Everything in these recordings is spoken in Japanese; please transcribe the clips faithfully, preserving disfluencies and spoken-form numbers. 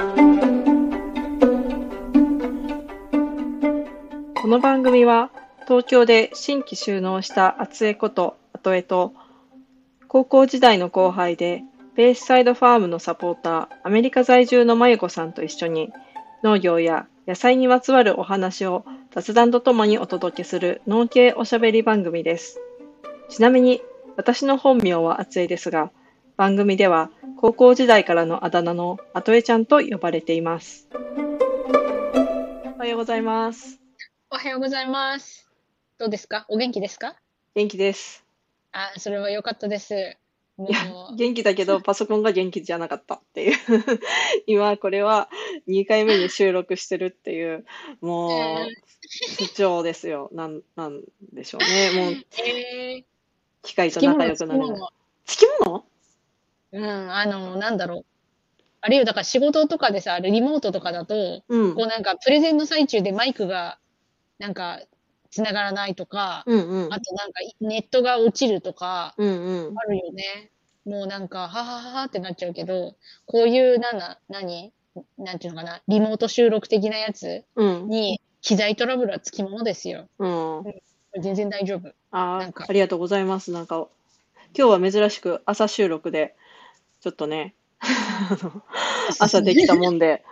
この番組は東京で新規就農した厚江ことあとえと高校時代の後輩でベイサイドファームのサポーターアメリカ在住のまゆこさんと一緒に農業や野菜にまつわるお話を雑談とともにお届けする農系おしゃべり番組です。ちなみに私の本名は厚江ですが、番組では高校時代からのあだ名のあとえちゃんと呼ばれています。おはようございます。 おはようございます。どうですか？お元気ですか？ 元気です。 あ、それは良かったです。もいや、元気だけどパソコンが元気じゃなかったっていう今これはにかいめに収録してるっていう、 う、うんもう不調ですよ。なん、なんでしょうね。もうえー、 機械とつきもの、 仲良くなれない。 つきもの。 つきもの？ うん、あの、なんだろう。あるいはだから仕事とかでさ、リモートとかだと、 うん。 こうなんかプレゼンの最中でマイクがなんか繋がらないとか、 うんうん。 あとなんかネットが落ちるとか、 うんうん。 あるよね。もうなんか、ははははってなっちゃうけど、こういう、なんだ、何なんていうのかな、リモート収録的なやつうん。 に、機材トラブルはつきものですよ。 うん。 うん。全然大丈夫。なああ、 んか、 ありがとうございます。なんか、今日は珍しく朝収録で、ちょっとね、あの朝できたもんで、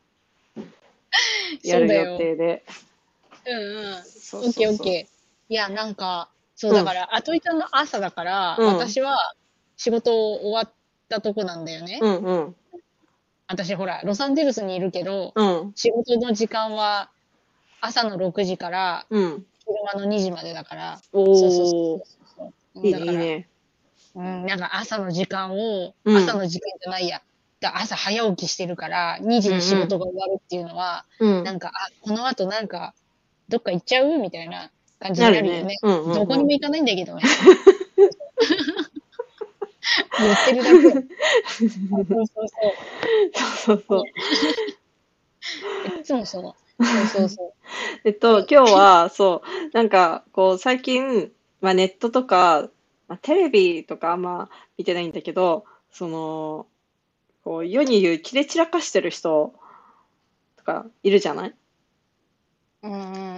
やる予そうだよ。 定で。 うんうん。 そうオッケーオッそうそケー。いや、なんか、そうう。うん。 だから、あといちゃんの朝だから、 うん。 私は仕事終わったとこなんだよね。 うんうん。 私ほら、ロサンゼルスにいるけど、 うん。 仕事の時間は朝のろくじからうん。 昼間のにじまでだから、そうそうそうおー。 そうそう。うん、 いいね、 だから、 いいね。 うん、なんか朝の時間を、 うん。 朝の時間じゃないや、だ朝早起きしてるから、にじに仕うんうん。 事が終わるっていうのは、 うん。 なんか、あ、この後なんか、どっか行っちゃうみたいな感じになるね。 なるよね。 うんうんうん。 どこにも行かないんだけどね。言ってるだけ。あ、そうそうそう。 そうそうそね、いつもそう。そうそうそう。 う。えっと、今日は、そう、なんか、こう、最近、まあ、ネットとか、まあ、テレビとかあんま見てないんだけど、その、こう、世に言う切れ散らかしてる人とかいるじゃない？ うん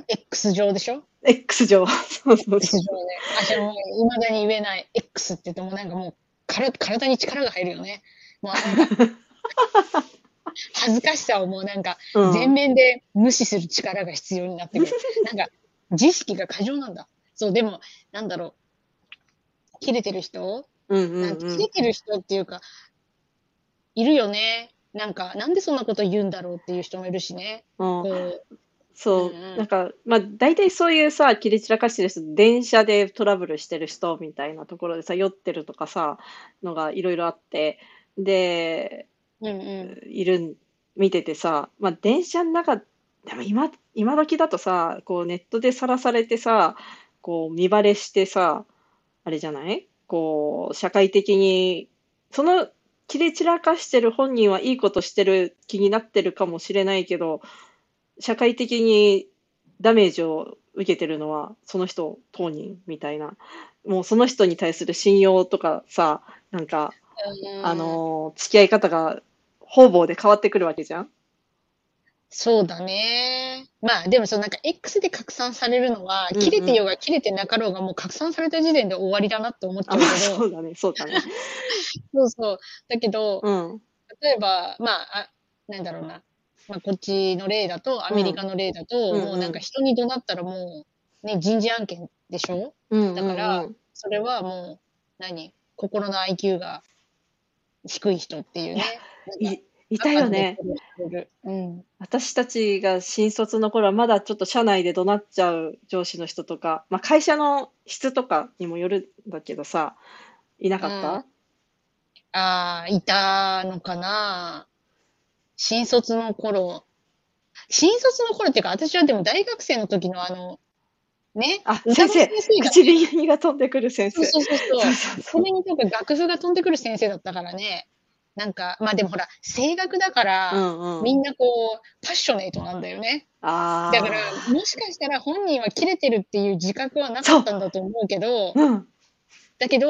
、X 上でしょ？ X 上。そうそうそ X う。 上で。あ、じゃあもう、未だに言えない X って言ってもなんかもう、から体に力が入るよね。もうなんか、恥ずかしさをもうなんか、 うん。 全面で無視する力が必要になってくる。なんか、自意識が過剰なんだ。そう、でも、なんだろう、切れてる人うんうなんて、 んうん。 切れてる人っていうか、いるよね。なんか、なんでそんなこと言うんだろうっていう人もいるしね。 うん。 こう、うんそう、 うん。 なんか、まあ、大体そういうさ、切り散らかしてる人、電車でトラブルしてる人みたいなところでさ、酔ってるとかさ、のがいろいろあって、で、 うんうん。 いる、見ててさ、まあ、電車の中、でも今、今時だとさ、こうネットでさらされてさ、こう見バレしてさ、あれじゃないこう、社会的に、その切れ散らかしてる本人はいいことしてる気になってるかもしれないけど、社会的にダメージを受けてるのはその人当人みたいな。もうその人に対する信用とかさ、なんか、あうん、 のー付き合い方が方々で変わってくるわけじゃん。 そうだね。まあ、でもそのなんか X で拡散されるのは、 うんうん。 切れてようが切れてなかろうがもう拡散された時点で終わりだなって思っあ、まあちゃうけど、 そうだね、そうだね。 そうそう。だけど、 うん、 例えば、まあ、あ、なんだろうな。まあ、こっちの例だと、アうん、 メリカの例だと、もうなんかうんうん。 人に怒鳴ったらもう、ね、人事案件でしょ？ うんうだから、 んうん。 それはもう、何心の アイキュー が低い人っていういや、 ね、なんか、 いいた赤よね。 で苦労してる。うん。 私たちが新卒の頃はまだちょっと社内で怒鳴っちゃう上司の人とか、まあ、会社の質とかにもよるんだけどさ、いなうん。 かった？ ああ、いたのかな。新卒の頃。新卒の頃っていうか、私はでも大学生の時のあの、ね、 あ、先生、 歌の先生がね、 唇が飛んでくる先生。 そうそうそうそうそう。 そうそう。 それになんか楽譜が飛んでくる先生だったからね。なんか、まあでもほら、声楽だかうら、 んうん。 みんなこう、パッショネートなんだよね。だから、 ああ、 もしかしたら本人はキレてるっていう自覚はなかそう、 ったんだと思うけど、 うん、 だけど、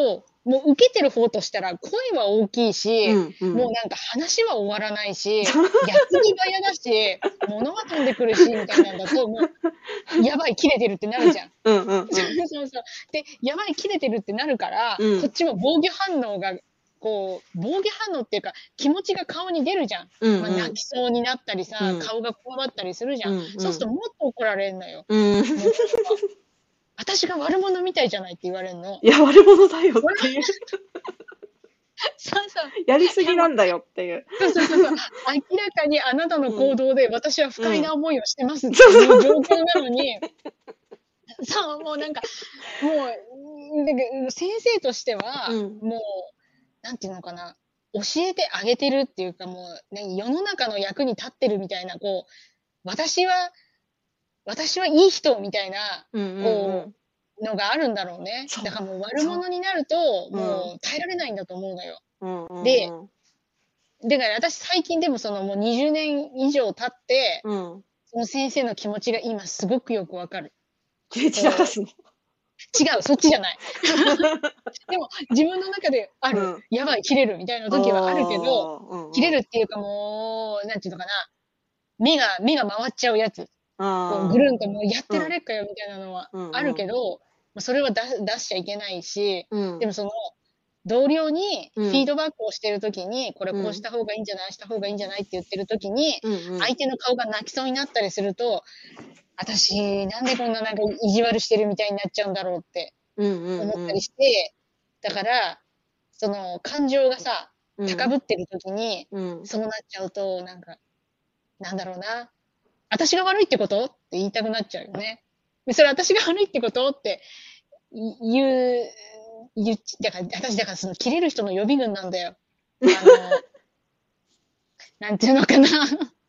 もう受けてる方としたら声は大きいし、 うんうん。 もうなんか話は終わらないし、矢継ぎ早だし、物が飛んでくるし、みたいなんだと、もう、やばい、切れてるってなるじゃん。 うんうんうん。 そうそうそう。で、やばい、切れてるってなるから、 うんこっちも防御反応が、こう、防御反応っていうか、気持ちが顔に出るじゃん。まあ、 うんうん。 泣きそうになったりさ、 うん顔がこわばったりするじゃん。 うんうん。 そうするともっと怒られんのよ。 うん。 もうなんか、私が悪者みたいじゃないって言われるの。 いや、悪者だよっていう。 そうそう。 やりすぎなんだよっていう。 そうそうそうそう。明らかにあなたの行動で私は不快な思いをしてますってそういうそう状況なのに、そう、もうなんか、もう、だけど先生としては、 うんもう、なんていうのかな、教えてあげてるっていうか、もう、ね、世の中の役に立ってるみたいな、こう、私は、私はいい人みたいな、 うんうんうこん。 う、のがあるんだろうね。 そう。 だからもう悪そう。 者になると、 うん。 もう耐えられないんだと思うのよ。 うんうで、 んうん。 だから私最近でもそのもうにじゅうねん以上経って、 うん。 その先生の気持ちが今すごくよくわかる。 切れ散らかすの。 違う、そっちじゃない。でも自分の中である。 うん。 やばい、切れるみたいなあ時はあるけど、 あ、うん切れうん。 るっていうかもう、なんていうのかな、目が目が回っちゃうやつ。こうぐあるんともうやっあ、うん。 てられっかよみたいなのはうんあるうん。 けど、ま、それはだ出しちゃいけないし、 うん。 でもその同僚にうん。 フィードバックをしてる時に、これうん。 こうした方がいいんじゃない、ああした方がいいんじゃないって言ってる時に、 うんうん。 相手の顔が泣きそうになったりすると、私、なんでこんななんか意地悪してるみたいになっちゃうんだろうってうんうん思ったりうん。 して、だから、その感情がさ、高うん。 ぶってる時に、 うん。 そうなっちゃうと、なんか、なんだろうな、私が悪いってことって言いたくなっちゃうよね。で、それ私が悪いってことってい言う、言っだから、私だからその切れる人の予備軍なんだよ。あの、なんていうのかな。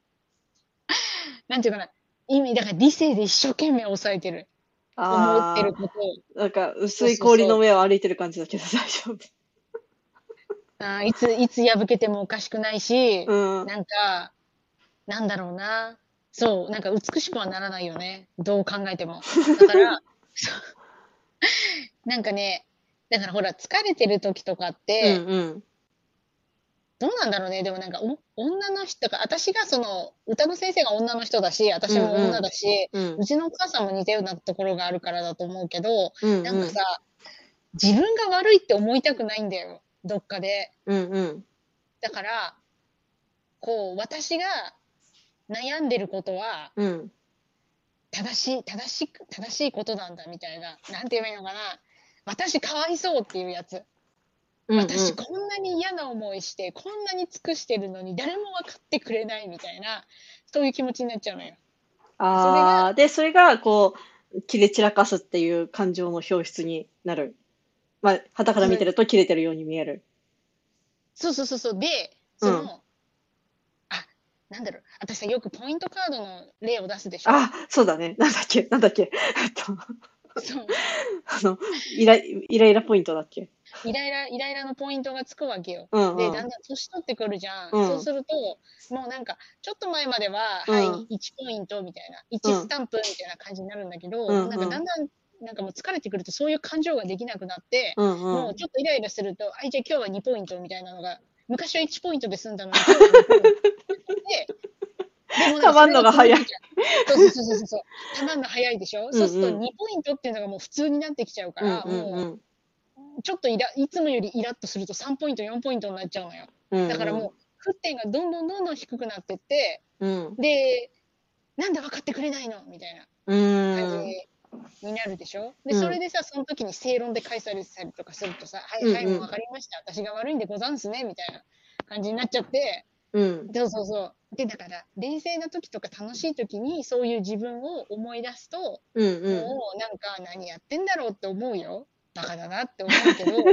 なんていうかな。意味、だから理性で一生懸命抑えてる。思ってあることを。 あ、なんかそう薄いそうそう。 氷の上を歩いてる感じだけど大丈夫。 あーいつ、いつ破けてもおかしくないし、 うん。 なんか、なんだろうな。そう、なんか美しくはならないよね。どう考えても。だから、そうなんかね、だからほら、疲れてる時とかっうんて、 うん。 どうなんだろうね。でもなんか、お女の人とか、私がその、歌の先生が女の人だし、 う私も女んうん。 だし、 うん。 うちのお母さんも似たようなところがあるからだと思うけど、 うんうん。 なんかさ、自分が悪いって思いたくないんだよ。どっかで。 うんうん。 だから、こう、私が悩んでることは、 うん。 正しい、正しく、正しいことなんだみたいな。なんて言えばいいのかな。私かわいそうっていうやつ。 うんうん。 私こんなに嫌な思いして、こんなに尽くしてるのに誰も分かってくれないみたいな、そういう気持ちになっちゃうのよ。それが、 ああ、で、それがこう、切れ散らかすっていう感情の表出になる。まあ、傍からうん、 見てると切れてるように見える。 そうそうそうそう。で、 うん。 その、あ、なんだろう。私さ、よくポイントカードの例を出すでしょ？ あ、そうだね。なんだっけなんだっけえっと、 そう。 あの、イライイライラポイントだっけ。 イライラ、イライラのポイントがつくわけよ。で、 うんうん。 だんだん年取ってくるじゃん。 うん。 そうすると、もうなんか、ちょっと前までは、はい、 うん。 いちポイントみたいな、いちスうん。 タンプみたいな感じになるんだけど、もうなんうんうん。 かだんだん、なんかもう疲れてくるとそういう感情ができなくなって、 うんうん。 もうちょっとイライラすると、はい、じゃあ今日はにポイントみたいなのが、昔はいちポイントで済んだのに、今日はにポイントで、でもなんたまかそれがんのが早い。 続くじゃん。そうそうそうそうそう。たまんの早いでしょ。 うんそうするとうん。 にポイントっていうのがもう普通になってきちゃうかうんら、もううんうん。 ちょっとイラいつもよりイラッとするとさんポイント、よんポイントになっちゃうのよ。 うんうん。 だからもう、沸点がどんどんどんどん低くなってって、 うん。 で、なんで分かってくれないのみたいなう感じーん。 になるでしょ。で、 うん。 それでさ、その時に正論で返されたりとかするとさ、はいはい、もう分うんうん。 かりました。私が悪いんでござんすね、みたいな感じになっちゃって、 うん。 そうそうそう。で、だから、冷静な時とか楽しい時にそういう自分を思い出すと、 うんうん。 もうなんか何やってんだろうって思うよ。バカだなって思うけど、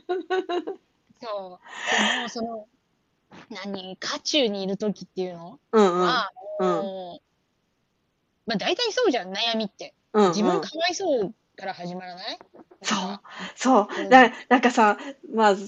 そう。でも、その、何、渦中にいる時っていうのうんうん。 は、 うん。 もう、まあ大体そうじゃん、悩みって。自分かうんうん。 わいそうから始まらないなそう、 んか、 そう。 うん。 ななんかさ、まあ、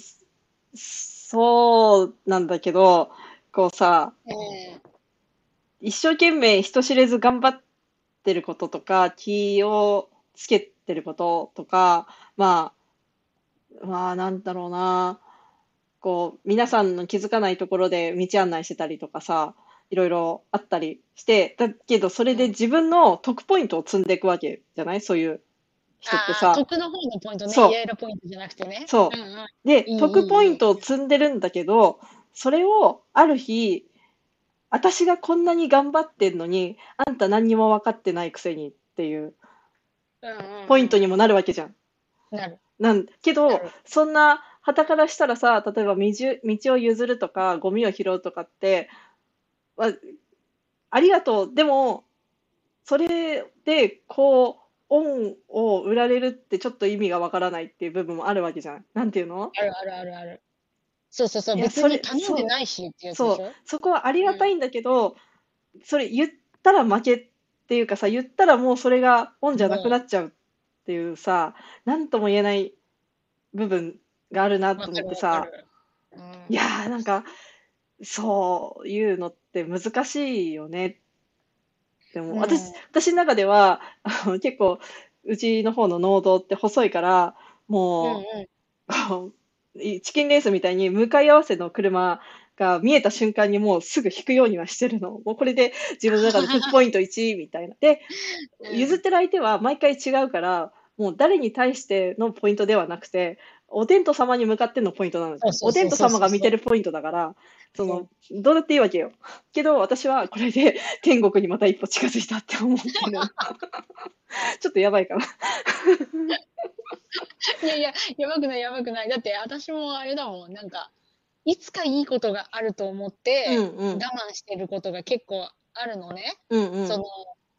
そうなんだけど、こうさ、 ええ一生懸命人知れず頑張ってることとか、気をつけてることとか、ままあ、なんだろうな。こう、皆さんの気づかないところで道案内してたりとかさ、いろいろあったりして、だけどそれうん。 で自分の得ポイントを積んでいくわけじゃないそういう人ってああ、 さ。 得の方のポイントね。イラそイラポイントじゃなくてう、 ね。うんそうん。 う。で、 いい得ポインいいいい。 トを積んでるんだけど、それをある日、私がこんなに頑張ってんのに、あんた何にも分かってないくせにっていううんうんうんポイントにもなうん。 るわけじゃん。 なる、 なんけど、 なる。 そんな、傍からしたらさ、例えば道、道を譲るとか、ゴミを拾うとかって、まあ、ありがとう。でも、それで、こう、恩を売られるってちょっと意味がわからないっていう部分もあるわけじゃん。なんていうの？ あるあるあるある。そうそうそう。 いや、 別それ、 に頼んでそう、 ないしっていうやつでそう、 しょ？ そこはありがうん。 たいんだけど、それ言ったら負けっていうかさ、言ったらもうそれが恩じゃなくなもっちゃうっていうさ、なんとも言えない部分があるなう、わと思かるってさ、 わかる。うん。 いやーなんか、そういうのって難しいよね。でも、私、 うん。 私の中では、あの結構、うちの方の農道って細いから、もうんうん。 う、こういチキンレースみたいに向かい合わせの車が見えた瞬間にもうすぐ引くようにはしてるの。もうこれで自分の中で得ポイントいちみたいな。で、譲っうん。 てる相手は毎回違うから、もう誰に対してのポイントではなくて、お天道様に向かってのポイントなの。 そうそうそうお天道様が見そうそうそう。 てるポイントだから、その、 そう。 どうだっていいわけよ。けど、私はこれで天国にまた一歩近づいたって思ってる。ちょっとやばいかな。 いやいや、やばくないやばくない。だって私もあれだもん、なんか、いつかいいことがあると思っうて、我んうん。 慢してることが結構あるのね。 うんうその、 ん。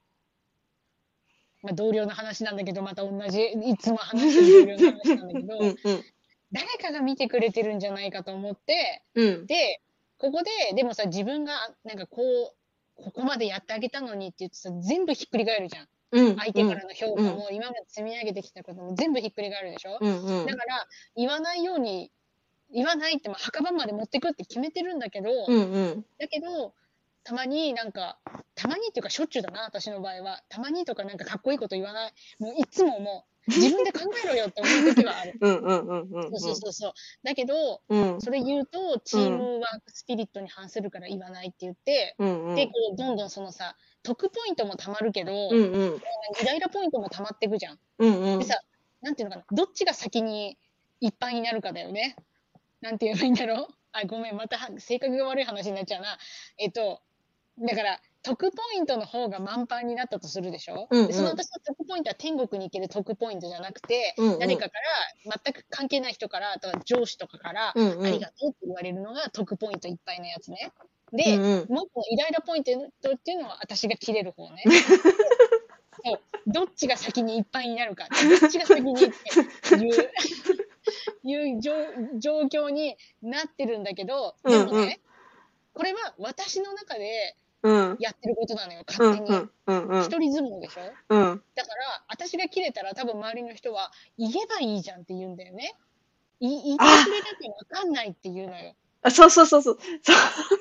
まあ、同僚の話なんだけど、また同じ、いつも話してる同僚の話なんだけど、 うんうん。 誰かが見てくれてるんじゃないかと思って、 うん。 で、ここで、でもさ、自分がなんかこう、ここまでやってあげたのにって言ってさ、全部ひっくり返るじゃん。 うんうん。 相手からの評うん。 価も、今まで積み上げてきたことも全部ひっくり返るでしょ？ うんうん。 だから、言わないように、言わないって、まあ、墓場まで持ってくって決めてるんだけど、 うんうん。 だけど、たまになんか、たまにっていうかしょっちゅうだな、私の場合は。たまにとかなんかかっこいいこと言わない。もういつももう、自分で考えろよって思う時はある。 うんうんうんうそうんうん。 そうそうそう。だけど、 うん。 それ言うと、チーうん。 ムワークスピリットに反するから言わないって言って、で、 うんうん。 こう、どんどんそのさ、得ポイントも貯まるけど、 うんうん。 イライラポイントも貯まってくじゃん。 うんうでさ、 ん。 なんていうのかな、どっちが先にいっぱいになるかだよね。なんて言えばいいんだろう。あ、ごめん、または性格が悪い話になっちゃうな。えっと、だから、得ポイントの方が満帆になったとするでしょ？で、そのうんうん。 私の得ポイントは天国に行ける得ポイントじゃなくて、 うんうん。 誰かから全く関係ない人から、とか上司とかからうんうん。 ありがとうって言われるのが得ポイントいっぱいのやつね。で、 うんうん。 もっとイライラポイントっていうのは私が切れる方ね。そう、どっちが先にいっぱいになるか、どっちが先にっていういう状状況になってるんだけど、 うんうん。 でもね、これは私の中でうん。 やってることなのよ、勝手に。 うんうん。うんうん。 一人相撲でしょ？ うん。 だから、私が切れたら多分周りの人は、言えばいいじゃんって言うんだよね。い言ってくれなあきゃわかんないって言うのよ。 あ、そうそうそうそう。そう。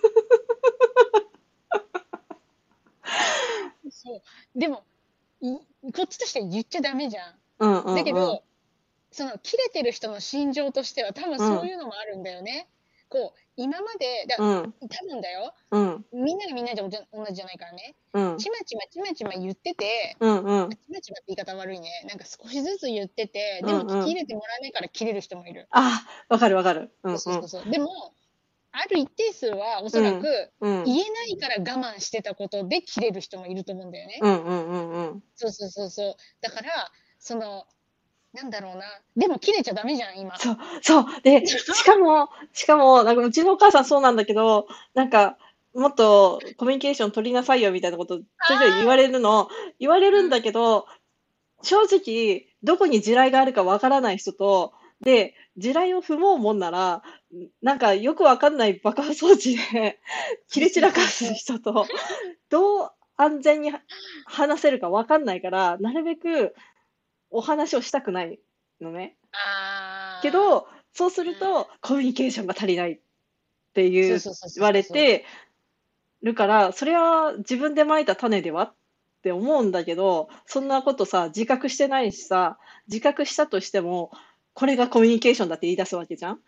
そう。でも、いこっちとしては言っちゃダメじゃん。 うんうだけど、 んうん。 その切れてる人の心情としては多分うん。 そういうのもあるんだよね。こう、今まで、だうん。 多分だよ、 うん。 みんながみんなで同じじゃないからね。 うん。 ちまちまちまちま言ってて、 うんうん。 ちまちまって言い方悪いね。なんか少しずつ言ってて、でも聞うんうん。 き入れてもらえないから切れる人もいる。 ああ、わかるわかる。うそうんうん。 そうそうそう。でも、ある一定数はおそらくうん。うん。 言えないから我慢してたことで切れる人もいると思うんだよね。 うんうんうんうん。 そうそうそうそう。だから、その、なんだろうな。でも切れちゃダメじゃん、今。 そう、そう。で、しかも、しかも、なんかうちのお母さんそうなんだけど、なんか、もっとコミュニケーション取りなさいよみたいなことちょいちょい言われあるの、言われあ、 るんだけど、正直、どこに地雷があるかわからない人と、で、地雷を踏もうもんなら、なんかよくわかんない爆破装置で切そうそうれ散らかそうそう。 す人と、どう安全に話せるかわかんないから、なるべくお話をしたくないのね。けああ、 ど、そうするうん。 とコミュニケーションが足りないって言うそうそうそうそう言わそうそう。 れてるから、それは自分で蒔いた種ではって思うんだけど、そんなことさ、自覚してないしさ、自覚したとしても、 これがコミュニケーションだって言い出すわけじゃん。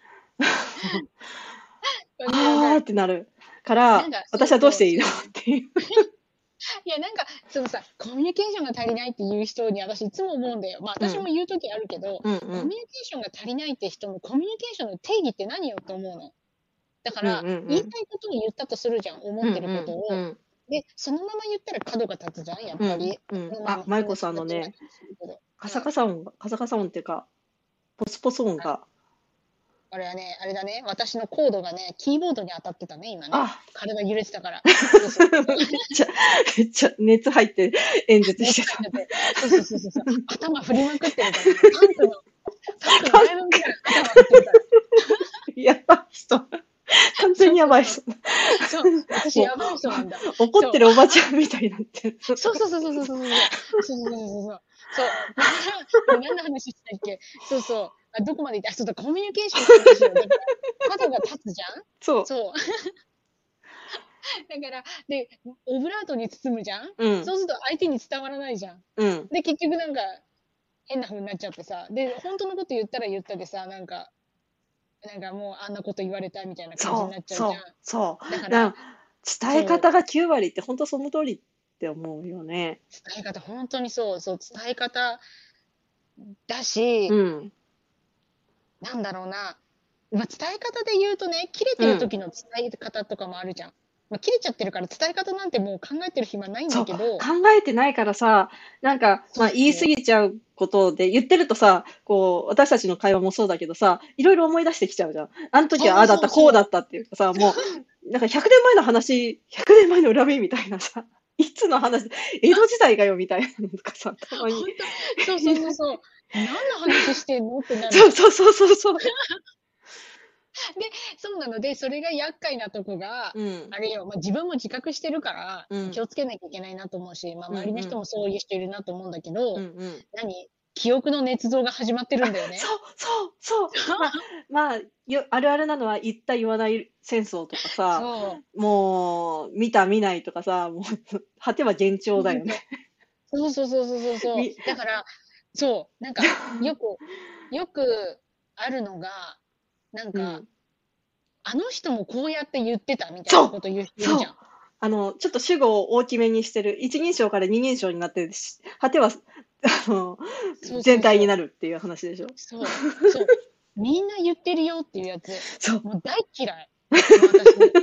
わかるわかあーっる。 てなるから、 なんか、そ私はどうしうそう、 ていいのっそう。 ていう。 いや、なんか、そのさ、コミュニケーションが足りないっていう人に私いつも思うんだよ。まあ私もうん。 言うときあるけど、 うんうコミュニん。 ケーションが足りないって人のコミュニケーションの定義って何よって思うの。だかうんら、言いうんうん。 たいことを言ったとするじゃん、思うんってることを。 うんうん。 で、そのまま言ったら角が立つじゃん、やっうんぱり。 うん。 この前あ、マイコも話さんのね、 した気がするけど。 カサうん。 カサ音が、カサカサ音っていうか、ポスポス音あ、 が、 あれはね、あれだね、私のコードがね、キーボードに当たってたね、今ね。 あ、 体揺れてたから。そうそうそうそう。 めっちゃ、めっちゃ熱入って演説してた。 熱入っちゃって。そうそうそうそうそう。頭振りまくってるからね。パンクの、パンクのライブみたいな頭振ってるから。 やばい人。完全そうにやばい人。 そうそう。そう、私もやばい人なんだ。 う、怒っそう。 てるおばちゃんみたいになってる。 そうそうそうそうそうそうそう。そうそうそうそうそう。そう。だから、これ何の話したっけ。そうそう。あ、どこまで行ったあ、そうだ、コミュニケーションの話よ。だから、角が立つじゃん。 そそう。だから、で、オブラートに包むじゃん。 う。うん。 そうすると相手に伝わらないじゃん。 うん。 で、結局なんか、変な風になっちゃってさ。で、本当のこと言ったら言ったでさ、なんか、なんかもうあんなこと言われたみたいな感じにそう、 なっちゃうじゃそう、そん。だかう。だら、 から伝えそう、 方がきゅう割って本当その通りって思うよね。 伝え方、本当にそう、そう、伝え方だし、 うん。 なんだろうな、まあ、伝え方で言うとね、切れてうん。 る時の伝え方とかもあるじゃん。まあ、切れちゃってるから伝え方なんてもう考えてる暇ないんそう、 だけど、 考えてないからさ、なんか、まあ言い過そうそう、 ぎちゃうことで、言ってるとさ、こう、私たちの会話もそうだけどさ、いろいろ思い出してきちゃうじゃん。あの時はあそうあだった、こうだっそうそう、 たっていうかさ、もう、なんかひゃくねんまえの話、ひゃくねんまえの恨みみたいなさ、いつの話、江戸時代がよみたいなのとかさ、たまに。 本当、そうそうそうそう、何の話してんのってなるじゃん。 そうそうそうそうそう。 で、そうなので、それが厄介なとこが、 うん、 あれよ、まあ、自分も自覚してるから、 うん、 気をつけなきゃいけないなと思うし、まあ、 うん、 周りのうん、 人もそういう人いるなと思うんだけうん、 ど、 うん。 何記憶の捏造が始まってるんだよね。 そうそうそう。まあ、まあ、よあるあるなのは言った言わない戦争とかさ、 そう。 もう、見た見ないとかさ、もう、果ては幻聴だよね。 そうそうそうそうそうそう。 み、 だから、そう、なんか、よく、よくあるのが、なんか、 うん。 あの人もこうやって言ってたみたいそうなこと言う人いるそう。 じゃん。 あの、ちょっと主語を大きめにしてる。一人称から二人称になってるし、果ては、あの、 そうそ全体にうそう。 なるっていう話でしょ。 そう。そう。みんな言ってるよっていうやつ。 そう。 もう大嫌い。もう私。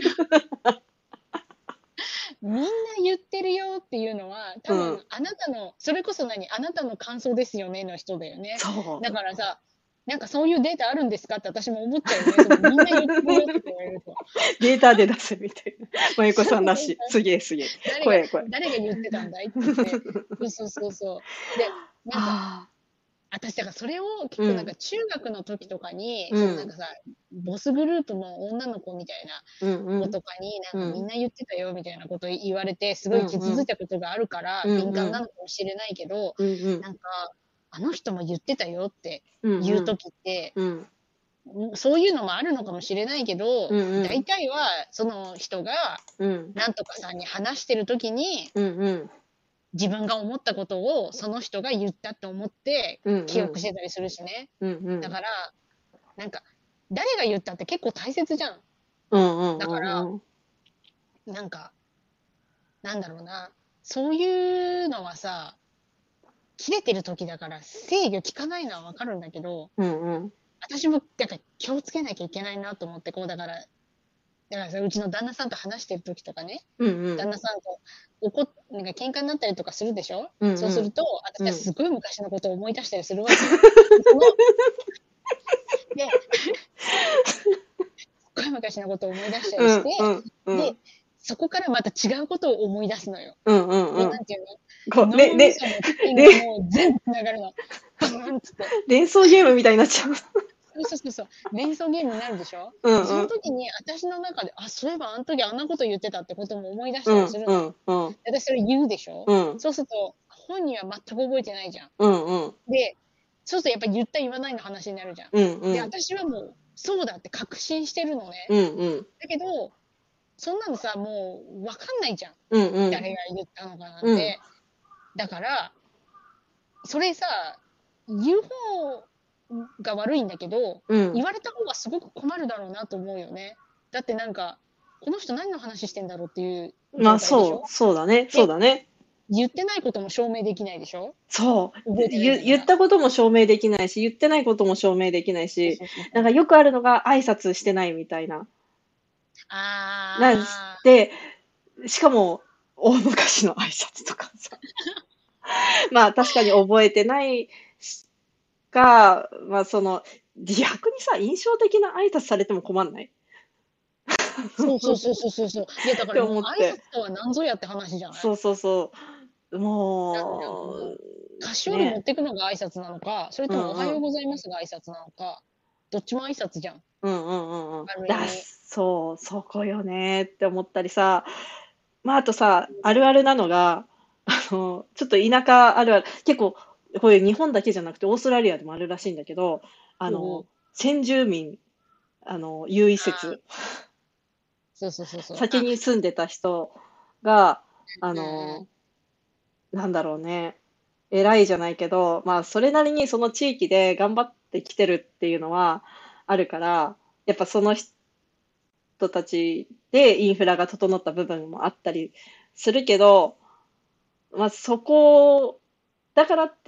みんな言ってるよっていうのは、多分うん。 あなたの、それこそ何、あなたの感想ですよねの人だよね。 そう。 だからさ、なんかそういうデータあるんですかって私も思っちゃうよね。そのみんな言ってるよって言われると。 データで出せみたいな。まゆこそうさんらしい。すげえすげえ。 誰が、 怖え怖え。 誰が言ってたんだいって言って。そうそうそうそう。で、なんか、 はあ。 私だからそれを結うん。 構なんか中学の時とかに、 うん。 そのなんかさ、ボスグループの女の子みたいなうんうん。 子とかに、なんうん。 かみんな言ってたよみたいなこと言われて、すごいうんうん。 傷ついたことがあるからうん敏感なうん。 のかもしれないけど、 うんうん。 なんか、あの人も言ってたよってうんうん。 言う時って、 うん。 んそういうのもあるのかもしれないけど、 うんうん。 大体はその人がうん。 なんとかさんに話してる時に、 うんうん。 自分が思ったことをその人が言ったって思ってうん記うん。 憶してたりするしね。 うんうん。 だから、なんか、誰が言ったって結構大切じゃん。 うんうんだかうんうん。 ら、なんか、なんだろうな。そういうのはさ、切れてる時だから制御効かないのはわかるんだけど、 うんうん。 私もなんか気をつけなきゃいけないなと思って、こうだから、だからさ、うちの旦那さんと話してる時とかね、 うんうん。 旦那さんと怒っ、なんか喧嘩になったりとかするでしょ。 うんうん。 そうすると、 うん。 私はすごい昔のことを思い出したりするわけよ。その、で、ごい昔のことを思い出したりして、 うんうんうで、 ん。 そこからまた違うことを思い出すのよ。 うんうんこう、 うん。 なんていうこう、 の、 れれ脳みその起点がれもう全部繋がるの。バーンっつって。 連想ゲームみたいになっちゃう。 そうそうそうそう。連想ゲームになるでしょ。で、そうんうん。 の時に私の中で、あ、そういえばあの時あんなこと言ってたってことも思い出しうんうたりするのよ。 んうん。 で私それ言うでしょ。 うん。 そうすると、本人は全く覚えてないじゃん。 うんうん。 で、そうするとやっぱ言った言わないの話になるじゃん。で、 うんうん。 私はもう、そうだって確信してるのね。 うんうん。 だけど、そんなのさ、もうわかんないじゃん。 うんうん。 誰が言ったのかなんうん。 て。だから、それさ、言う方が悪いんだけど、 うん言われた方がすごく困るだろうなと思うよね。だってなんか、この人何の話してんだろうっていうまあ状態でしょ。 そう、そうだね、そうで、 だね。 言ってないことも証明できないでしょ。 そう。 覚えてないん言、 だから。 言ったことも証明できないし、言ってないことも証明できないそうし、 そうそうそう。 なんかよくあるのが挨拶してないみたいな。なんあで、しかも、大昔の挨拶とかさ。まあ確かに覚えてないか、まあその、逆にさ、印象的な挨拶されても困んないあ、そうそうそうそうそうそう。いや、だかってらもう思って。 挨拶とは何ぞやって話じゃない。 そうそうそう。 なんなんかももう、菓子う、 折り持っね。 てくのが挨拶なのか、それともおはうんうん。 ようございますが挨拶なのか、どっちも挨拶じゃん、 うんうんうんうん。だ、 ある意味。 そう、そこよねって思ったりさ。まあ、あとさ、 うんあるあるなのが、あの、ちょっと田舎あるある、結構、こういう日本だけじゃなくてオーストラリアでもあるらしいんだけど、あの、 うんうん。 先住民、あの、優位ああ、 説、 そうそうそうそう。 先あ、 に住んでた人が、あうんうん。 の、なんだろうね、偉いじゃないけど、まあ、それなりにその地域で頑張ってきてるっていうのはあるから、やっぱその人たちでインフラが整った部分もあったりするけど、まあ、そこ、だからって、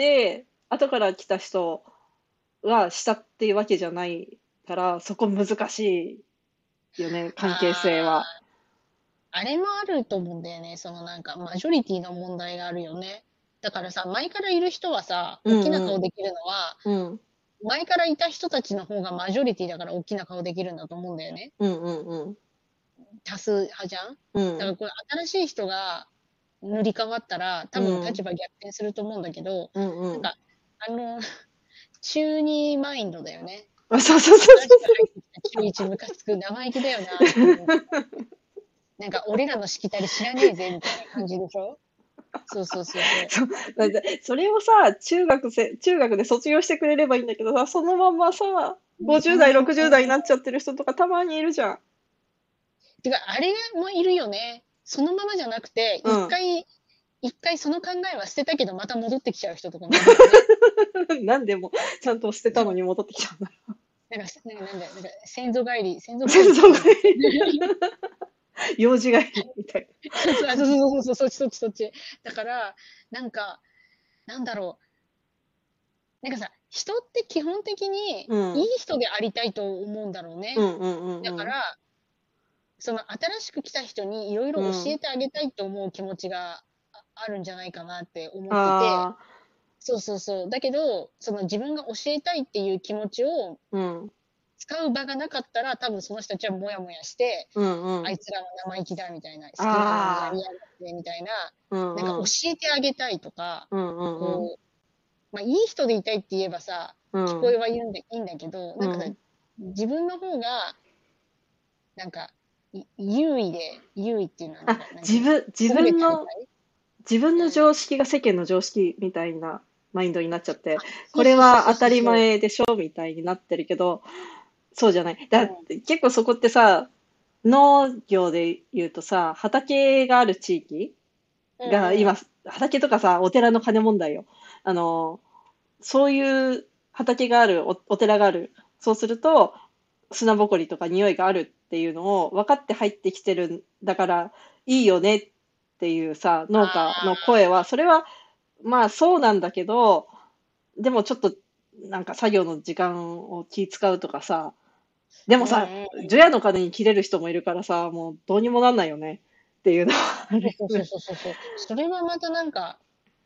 後から来た人はしたっていうわけじゃないから、そこ難しいよね、関係性は。 ああ、あれもあると思うんだよね。そのなんか、マジョリティの問題があるよね。だからさ、前からいる人はさ、大きなうんうん。 顔できるのは、 うん前からいた人たちの方がマジョリティだから大きな顔できるんだと思うんだよね。 うんうんうん。 多数派じゃん。 うんだからこれ新しい人が塗り替わったら、多分うん立場逆転すると思うんだけど、 うんうん。 なんか、あの、中にマインドだよね。 あ、そうそうそう新しく入そってきた中いちムカつく生意気だよなって思う。なんか俺らのしきたり知らねえぜみたいな感じでしょ。そうそうそうそう。 う。そうだってそれをさ、中学せ、中学で卒業してくれればいいんだけどさ、そのまんまさ、 もうごじゅう代、 そのままろくじゅう代になっちゃってる人とかたまにいるじゃん。 てか、あれもいるよね。そのままじゃなくて、 うん。 一回、一回その考えは捨てたけど、また戻ってきちゃう人とかもいるよね。 なんでも、ちゃんと捨てたのに戻ってきちゃうんだ。 なんか、なんか、なんだよ、なんか、先祖返り、先祖返り先祖ってなんだっけ。 返り、用事帰りみたいそうそうそうそうそう、そっちそっちそっち。だから、なんか、なんだろう。なんかさ、人って基本的にな。ういいん。 人でありたいと思うんだろうね。 うんうんうんうん。 だから、その新しく来た人にいろいろ教うん。 えてあげたいと思う気持ちがああるんじゃないかなって思ってて、 ああ、 そうそうそう。だけど、その自分が教えたいっていう気持ちをうん。 使う場がなかったら、多分その人たちはモヤモヤして、 うんうん。 あいつらは生意気だみたいな、好きなようにやりああ、 やがってみたいな、 うんなんか教うん。 えてあげたいとか、 うんうんうん。 こう、まあ、いい人でいたいって言えばさ、聞こうん。 えは言うんでいいんだけど、なんかさ、 うん。 自分の方が、なんか、い優位で、優位っていうのはなんあ、 か、なんていうの、 自分、自優れ分の、 てあげたい。 自分のうん。 常識が世間の常識みたいなマインドになっちゃって、 そうこれそうそうそうは当たりそうそう。 前でしょみたいになってるけど、そうじゃない。だっうん。 て結構そこってさ、農業で言うとさ、畑がある地域うんうん。 が今、畑とかさ、お寺の金問題よ。あの、そういう畑がある、お、お寺がある。そうすると、砂ぼこりとか匂いがあるっていうのを分かって入ってきてるんだからいいよねっていうさ、農家のあ声は、それはまあそうなんだけど、でもちょっとなんか作業の時間を気使うとかさ、であ、 もさ、 うんうん。 除夜の鐘に切れる人もいるからさ、もうどうにもなんないよねっていうのはあるそうそうよね。 そうそうそう。それはまたなんか、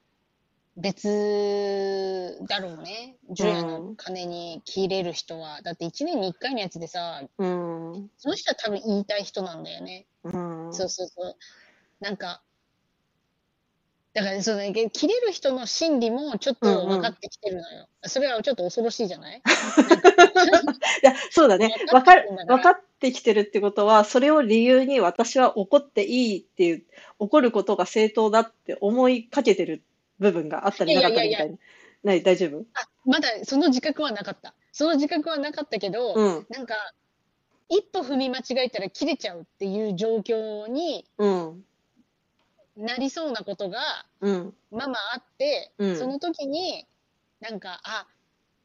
別だろうね。 う除夜のん、 鐘に切れる人は。だっていちねんにいっかいのやつでさ、 うん、 その人は多分言いたい人なんだよね。 うん、 そうそうそう。なんか、だからそうね、け切れる人の心理もちょっうん、 と分うん。 かってきてるのよ。それはちょっと恐ろしいじゃない。なんか、 いや、そうだね。 分かってわかる、 きてんだから。 分かってきてるってことは、それを理由に私は怒っていいっていう、怒ることが正当だって思いかけてる部分があったいやりなかいやいやいや、 ったりみたいな。ない、大丈夫？ あ、まだその自覚はなかった。その自覚はなかったけど、 うん、 なんか、一歩踏み間違えたら切れちゃうっていう状況にうん、 なりそうなことが、 うん、 ままあって、 うん、 その時に、なんか、あ、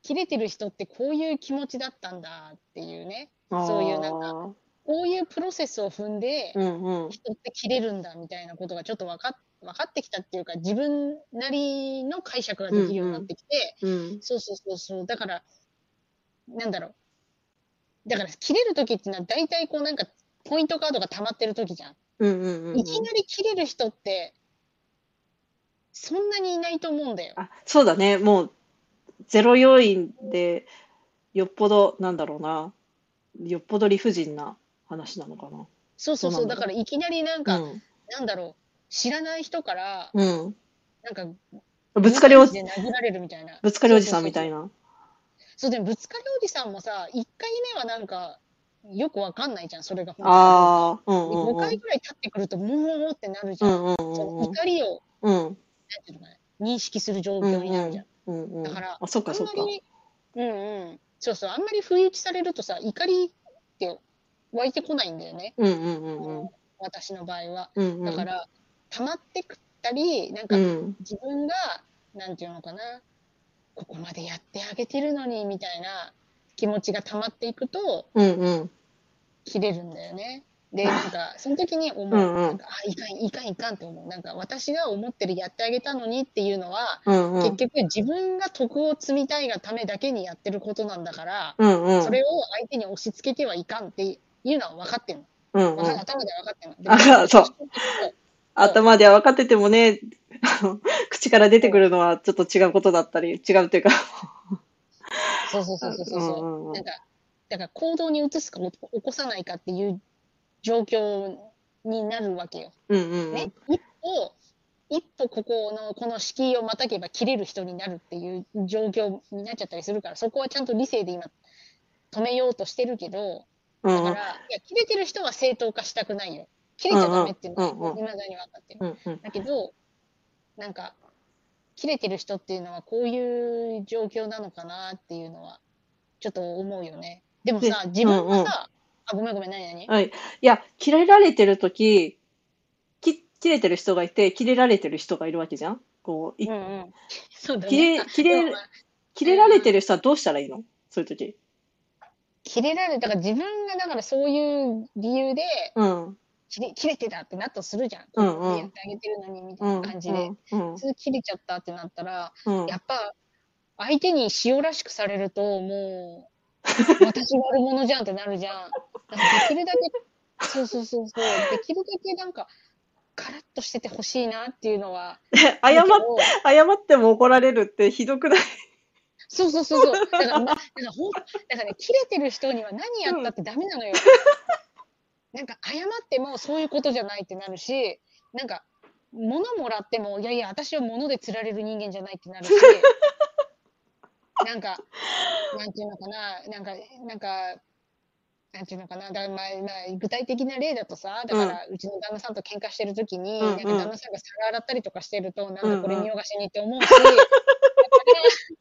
切れてる人ってこういう気持ちだったんだっていうね、 あそういうなんか、 あ、 こういうプロセスを踏んで、 うんうん、 人って切れるんだみたいなことがちょっと分かっ分かってきたっていうか、自分なりの解釈がうできるようになっんうん、 てきて、 うん、 そうそうそうそう、だから、なんだろう、だから切れる時っていうのは大体こうなんか、ポイントカードが溜まってる時じゃん。 うんうんうんうん。 いきなり切れる人って、そんなにいないと思うんだよ。 あ、そうだね。もうゼロ要因で、よっぽど、なんだろうな。よっぽど理不尽な話なのかな。 そうそうそう、 どうなんだろだからいきなりなんう。うか、 ん。 なんだろう、知らない人から、 うん。 なんか、 ぶつかりお、 偶感値で殴られるみたいな。そうぶつかりおじそうそうそう。 さんみたいな。 そう、でもぶつかりおじさんもさ、いっかいめはなんか、よくわかんないじゃん、それが本当かどうか。 ああ、うんで、5 うんうん。 回ぐらい経ってくると、もうってなるじゃん。 うんうんそのうんうん。 怒りを、 うん。 なんていうのかな、認識する状う況になるじゃん。 んうん。うんうん。 だから、 あ、そっあかそっか。 んまり、うんうん。そうそう、あんまり不意打ちされるとさ、怒りって湧いてこないんだよね。 うんうんうんうん。 私の場合は。 うんうん。 だから、溜まってくったり、なんか、 うん。 自分が、なんていうのかな、ここまでやってあげてるのに、みたいな気持ちが溜まっていくと、 うんうん。 切れるんだよね。で、なんか、その時に思う。 うんうん。 なんか、あ、いかん、いかん、いかんって思う。なんか、私が思ってるやってあげたのにっていうのは、 うんうん。 結局自分が徳を積みたいがためだけにやってることなんだから、 うんうん。 それを相手に押し付けてはいかんっていうのは分かってるの。わかうんうん。 頭では分かってるの。でもそれあ、 をそう。 年取っていくと、そう、 頭では分かっててもね、あの、口から出てくそう、 るのはちょっと違うことだったり、違うっていうか、 そうそうそううそうそうそう。 んうんうん。 なんか、だから行動に移すか起こさないかっていう状況になるわけよ。 うんうんうね。 ん。 一歩、一歩ここの、この敷居をまたげば切れる人になるっていう状況になっちゃったりするから、そこはちゃんと理性で今止めようとしてるけど、 うんうん。 だから、いや、切れてる人は正当化したくないよ。切れちゃダうんうん。 メっていうのは、 うんうん。 未だに分かってる。 うんうん。 だけど、なんか、切れてる人っていうのはこういう状況なのかなっていうのは、ちょっと思うよね。でもで、 さ、自うんうん。 分がさ、あ、ごめんごめん、何々 はい。いや、切れられてるとき、き、切れてる人がいて、切れられてる人がいるわけじゃんこう、い、 うんうん。そうだね。あ、 切れ、切でもまれ、切あ、 れられうんうん。 てる人はどうしたらいいのそういうとき。 切れられたから自分がだからそういう理由で、 うん。 切れ、切れてたってなったとするじゃん。 うここまでやっんうん。 てあげてるのに、みたいなうん感じで。 うんうん。 それ切れちゃったってなったら、 うん。 やっぱ、相手に塩らしくされると、もう、私悪者じゃんってなるじゃん。だからできるだけ、そうそうそうそう、できるだけなんか、カラッとしててほしいなっていうのはある謝っ、 けど、 謝っても怒られるってひどくない？ そうそうそうそう。だから、ま、だからほんだからね、切れてる人には何やっうん。 たってダメなのよ。なんか謝ってもそういうことじゃないってなるし、なんか、物もらっても、いやいや、私は物で釣られる人間じゃないってなるし、なんか、なんていうのかな、なんか、なんか、なんていうのかな、だまあ、まあ、具体的な例だとさ、だうん。 から、うちの旦那さんと喧嘩してる時に、なんかうんうん。 旦那さんが皿洗ったりとかしてると、なんだこれうんうん。 見よがしにって思うし、だから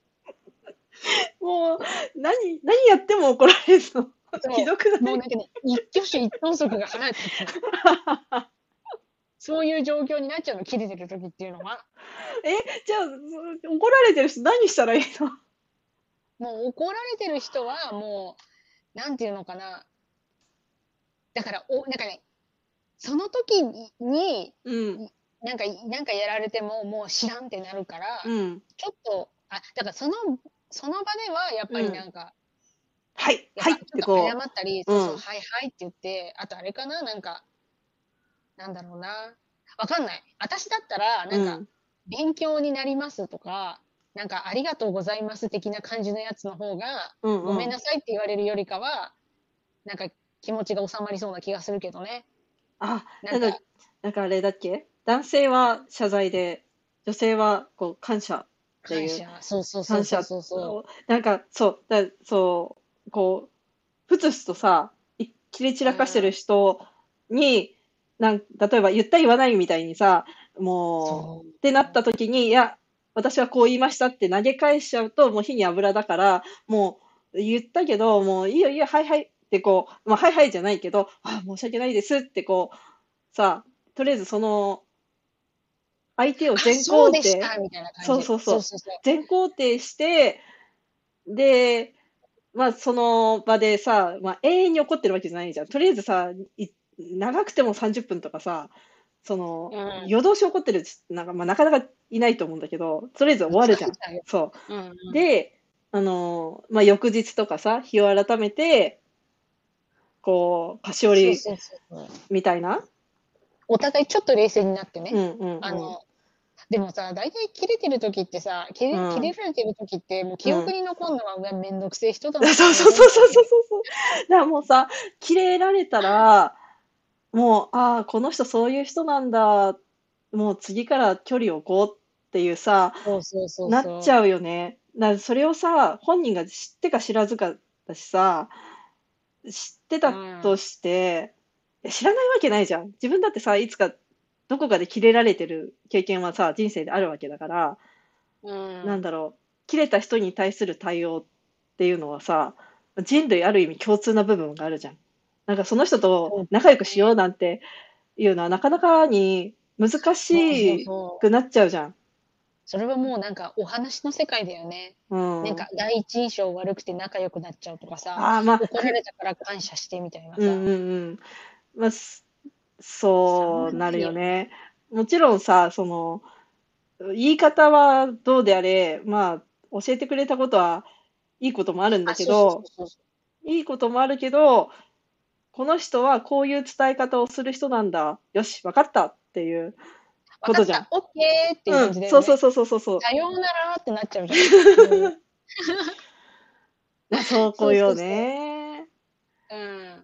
もう、何、何やっても怒られるの。ひそどくなう、もうい？ なんかね、一挙手一投足が腹立つの。そういう状況になっちゃうの、切れてる時っていうのは。 え、じゃあ、そ怒られてる人何したらいいの？ もう怒られてる人はもう、なんていうのかな、だから、おなんかね、その時にに、 うん。 なんかなんかやられても、もう知らんってなるから、 うん。 ちょっと、あ、だからそのその場ではやっぱりうん。 なんか、 はい、 やっぱはいっちょっと謝てこったり、 う。 そうそう、 うん。 はいはいって言って、あとあれかな、なんか、なんだろうな、わかんない。私だったら、なんか、 うん。 勉強になりますとか、なんかありがとうございます的な感じのやつの方が、 うんうん。 ごめんなさいって言われるよりかは、なんか気持ちが収まりそうな気がするけどね。 あ、 なんか、 なんか、なんかあれだっけ男性は謝罪で、女性はこう感謝っていう、 感謝、そうそうそうそう感謝そうそを、なんかそう、だ、そう、こう、ふつふつとさ、い切れ散う。 らかしてるうん。 人に、なん、例えば言った言わないみたいにさ、もう、 そう。 ってなった時に、いや、私はこう言いましたって投げ返しちゃうと、もう火に油だから、もう言ったけど、もういいよいいよ、はいはいってこう、まあ、はいはいじゃないけど、あ、申し訳ないですってこう、さ、とりあえずその、相手をあ、 全そう肯定、 でしたみたいな感そうじ。 そうそう、 そうそうそう。 全肯定して、 で、まあ、その場でさ、まあ、永遠に怒ってるわけじゃないじゃん。とりあえずさ、い長くてもさんじゅっぷんとかさ、その、 うん。 夜通し怒ってるなんか、まあ、なかなかいないと思うんだけど、とりあえず終わ疲れるじゃん。 ちゃうよ。 そうんうう。 ん。 で、あの、まあ、翌日とかさ、日を改めて、こう、菓子折りそうそうそうそう。 みたいな。 お互いちょっと冷静になってね。 うんうんあの、 うん。 でもさ、大体キレてる時ってさ、キレキレうん。 られてる時って、もう記憶うん。 に残るのは、うわ、めんどくせえ人だそうなってそうそうそう残るんだよね。 そうそう。だからもうさ、キレられたら、もう、ああ、この人そういう人なんだ。もう次から距離を置こうっていうさ、 そうそうそうそなっちゃうよね。だからそれをさ、本人が知ってか知らずかだしさ、知ってう。うたとん。 して、いや知らないわけないじゃん。自分だってさ、いつかどこかでキレられてる経験はさ、人生であるわけだから、 うん。 なんだろう、キレた人に対する対応っていうのはさ、人類ある意味共通な部分があるじゃん。なんかその人とそう仲良くしようね。 なんていうのはなかなかに難そうそうしそう。 くなっちゃうじゃん。 それはもうなんかお話の世界だよね。 うん。あなんか第一印象悪くて仲良くなっちゃうとかさ、 あ、まあ、く、 怒られたから感謝してみたいなうんさ、 うんうん。まあ、すそんなそうなるないよね。 よね。もちろんさ、その、言い方はどうであれ、まあ、教えてくれたことはいいこともあるんだあ、そうそうそけど、 うそうそう。 いいこともあるけど、この人はこういう伝え方をする人なんだ。よし、わかったっていうことじゃん。 わかった、オッケーっていううん、 感じだよね。 そうそうそうそうそうそう。 さようならってなっちゃうじゃん。もう。 まあ、そこそうそようそね。 う。うん。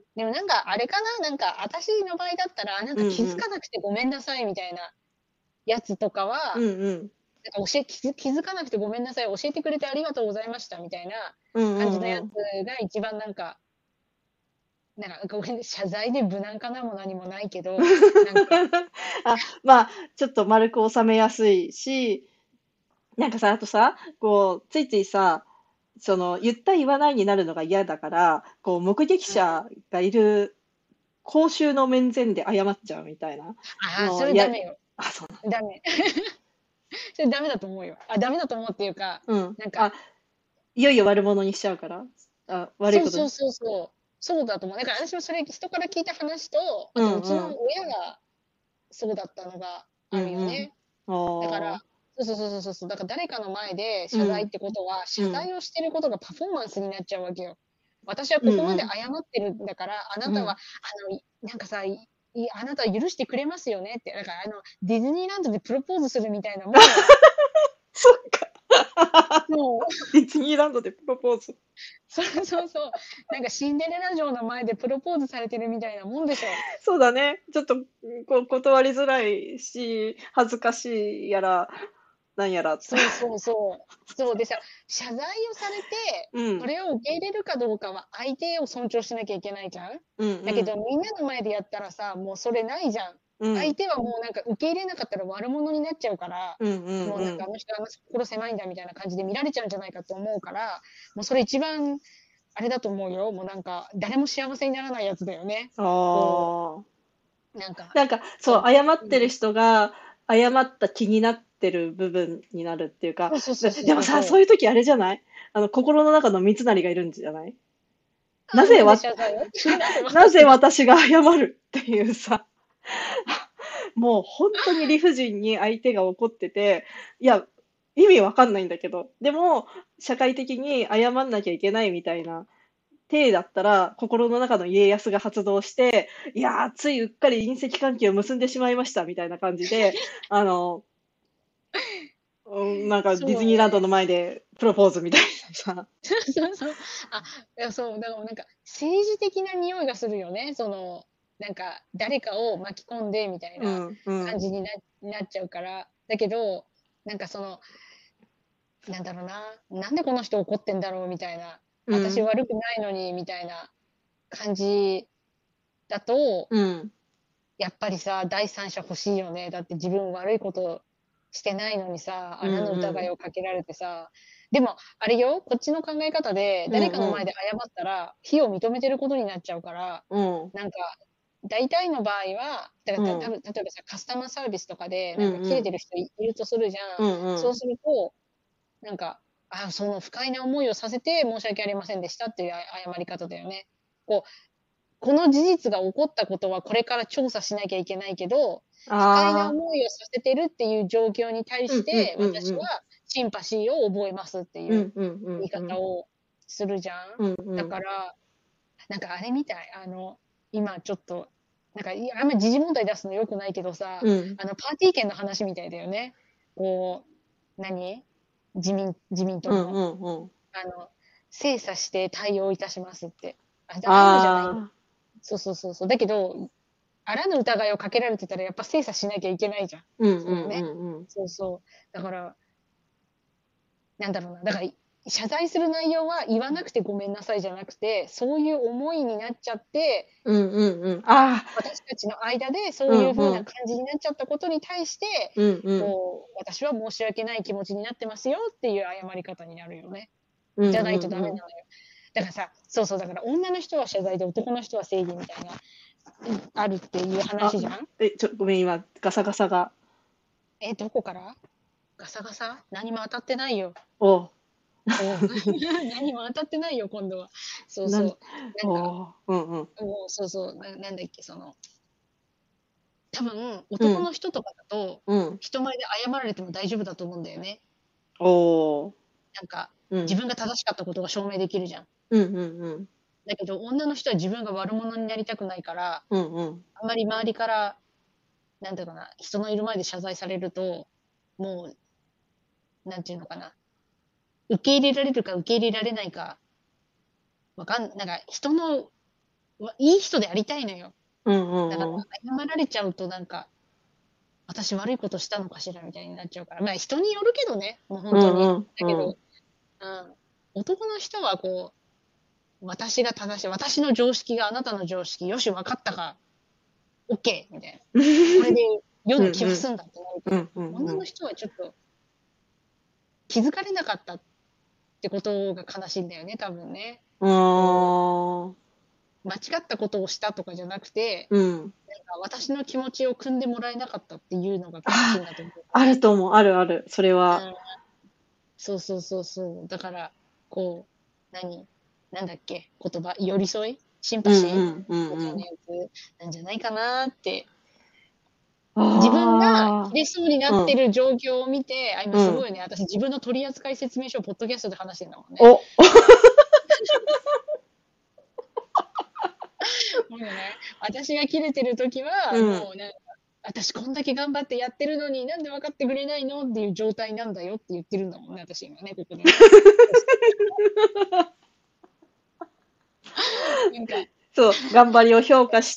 でもなんかあれかな、なんか私の場合だったら、なんか気づうんうん。 かなくてごめんなさいみたいなやつとかは、 うんうん。 なんか教え気づ気づかなくてごめんなさい、教えてくれてありがとうございましたみたいなうんう感じのやつんうん。 が一番なんか、なんかごめん、謝罪で無難かなも何もないけど、なんか、 あ、まあ、ちょっと丸く収めやすいし、なんかさ、あとさ、こう、ついついさ、その、言った言わないになるのが嫌だから、こう、目撃うん。 者がいる公衆の面前で謝っちゃうみたいなああ、そのをや、 れダメよ。 あ、そう、 ダメ。それダメだと思うよ。あ、ダメだと思うっていうか、 うん。 なんか、 あ、いよいよ悪者にしちゃうから。あ、悪いことに。 そうそうそうそう。そうだと思う。だから私もそれ人から聞いた話と、 うあとうちのんうん。 親がそうだったのがあるうんうん。 よね。だから、 ああ。 そうそうそうそうそう、だから誰かの前で謝罪っうん。 てことは、 うん。 謝罪をしてることがパフォーマンスになっちゃうわけよ。私はここまでうんうん。 謝ってるんだから、あなたは、 うん。 あの、いなんかさ、いいあなたは許してくれますよねって、だからあの、ディズニーランドでプロポーズするみたいなもんよ。 そっか。 もう、 ディズニーランドでプロポーズ。 そうそうそう。なんかシンデレラ城の前でプロポーズされてるみたいなもんでしょ。 そうだね。ちょっと、こう、断りづらいし、恥ずかしいやら、なんやら。 そうそうそう。そうでさ、謝罪をされて、 うん。 それを受け入れるかどうかは相手を尊重しなきゃいけないじゃん。 うんだけど、 うん。 みんなの前でやったらさ、もうそれないじゃん。 うん。 相手はもうなんか受け入れなかったら悪者になっちゃうから、 うんうんもうなんかあうん。 の人あの心狭いんだみたいな感じで見られちゃうんじゃないかと思うから、もうそれ一番あれだと思うよ。もうなんか誰も幸せにならないやつだよね。 あこあ。 う、なんか、 なんか、そう、 そう、 謝っうん、 てる人が、謝った気になってる部分になるっていうか、 そうそうそうででもさ、 そうそうそう。 そういう時あれじゃないあの、心の中の三成がいるんじゃないなああ、なんでぜわ、 謝罪をなぜなぜ私が私が謝るっていうさ、もう本当に理不尽に相手が怒ってて、いや、意味わかんないんだけど、でも、社会的に謝んなきゃいけないみたいな体だったら、心の中の家康が発動して、いやー、ついうっかり隕石関係を結んでしまいましたみたいな感じで、あの、うんなんかディズニーランドのそうね。 前でプロポーズみたいなさ。 そうそうそう。あ、いや、そう、だからなんか、政治的な匂いがするよね。その、なんか、誰かを巻き込んでみたいなうんうん。 感じにななっちゃうから。だけど、なんかその、なんだろうな、なんでこの人怒ってんだろうみたいな、私うん。 悪くないのにみたいな感じだと、 うん。 やっぱりさ、第三者欲しいよね。だって自分悪いことしてないのにさ、 うんあらぬ疑いうん。 をかけられてさ、でも、あれよ、こっちの考え方で、 うん誰かのうん。 前で謝ったら、非を認めてることになっちゃうから、 うん。 なんか、大体の場合は、だからた多うん。 分例えばさ、カスタマーサービスとかで、なんかうんうん。 切れてる人いいるとするじゃん。 うんうん。 そうすると、なんかあ、その不快な思いをさせて申し訳ありませんでしたっていうあ謝り方だよね。こう、この事実が起こったことはこれから調査しなきゃいけないけど、不快なああ、 思いをさせてるっていう状況に対うんうんして、 うんうん。 私はシンパシーを覚えますっていううんうんう言いんうん。 方をするじゃん。 うんうん。 だから、なんかあれみたい、あの、今ちょっと、なんか、いやあんまり時事問題出すの良くないけどさ、 うん。 あの、パーティー券の話みたいだよね。こう、何自民自民党の。 うんうんうん。 あの、精査して対応いたしますって。あ、じゃああいうのじゃないんだ。 ああ、 そうそうそうそう。だけど、あらぬ疑いをかけられてたらやっぱ精査しなきゃいけないじゃん。 うんうんそれをね。 うんうん。 そうそう。だから、なんだろうな。だから、謝罪する内容は言わなくてごめんなさいじゃなくて、そういう思いになっちゃって、 うんうんうん。ああ、 私たちの間でそういう風な感うんうん。 じになっちゃったことに対して、 うんうん。 こう、私は申し訳ない気持ちになってますよっていう謝り方になるよね。 うんじゃないとうんうん。 ダメなのよ。だからさ、そうそう、だから女の人は謝罪で男の人は正義みたいな、あるっていうあ、 話じゃん。 え、ちょ、ごめん、今、ガサガサが。 え、どこからガサガサ何も当たってないよ。 おう、 おう何も当たってないよ、今度は。そうなん、 そう。なんか、 おう、うんうん。 もうそうそう、ななんだっけ、その、多分、 うん、 男の人とかだと、 うん。 人前で謝られても大丈夫だと思うんだよね。 おー、 なんか、 うん。 自分が正しかったことが証明できるじゃん。 うんうんうん。 だけど、女の人は自分が悪者になりたくないから、 うんうん。 あんまり周りから、なんていうのかな、人のいる前で謝罪されると、もう、なんていうのかな、受け入れられるか受け入れられないか、わかん、なんか人の、わいい人でありたいのよ。 うんうだから、 んうん。 謝られちゃうとなんか、私悪いことしたのかしらみたいになっちゃうから。まあ人によるけどね、もうう本当に。 んうんだけど、 うん。 うん。男の人はこう、私が正しい、私の常識があなたの常識、よし、分かったか、OK! みたいな。これで世の気はうんうん。 済んだってなるけど、 うんうんうん。 女の人はちょっと気づかれなかったってことが悲しいんだよね、多分ね。 あこー、 う、間違ったことをしたとかじゃなくて、 うん。 なんか私の気持ちを汲んでもらえなかったっていうのが悲しいあんだと思うんあ、あだよね。 ると思う。あるある。それは。 うん。そうそうそうそう。だから、こう、何なんだっけ言葉、寄り添いシンうパシーんうんうんみたいうん。 なやつなんじゃないかなって。自分があ切れそうになあ、うん、 ってる状況を見て、あ、今うん。 すごいね、私自分の取扱説明書をポッドキャストで話してんだもんね。 お、 もうね、私が切れてる時は、 うん。 もうなんか、私こんだけ頑張ってやってるのになんで分かってくれないのっていう状態なんだよって言ってるんだもんね、私今ね、ここでね。そうそうなんか、 そう、頑張りを評価して、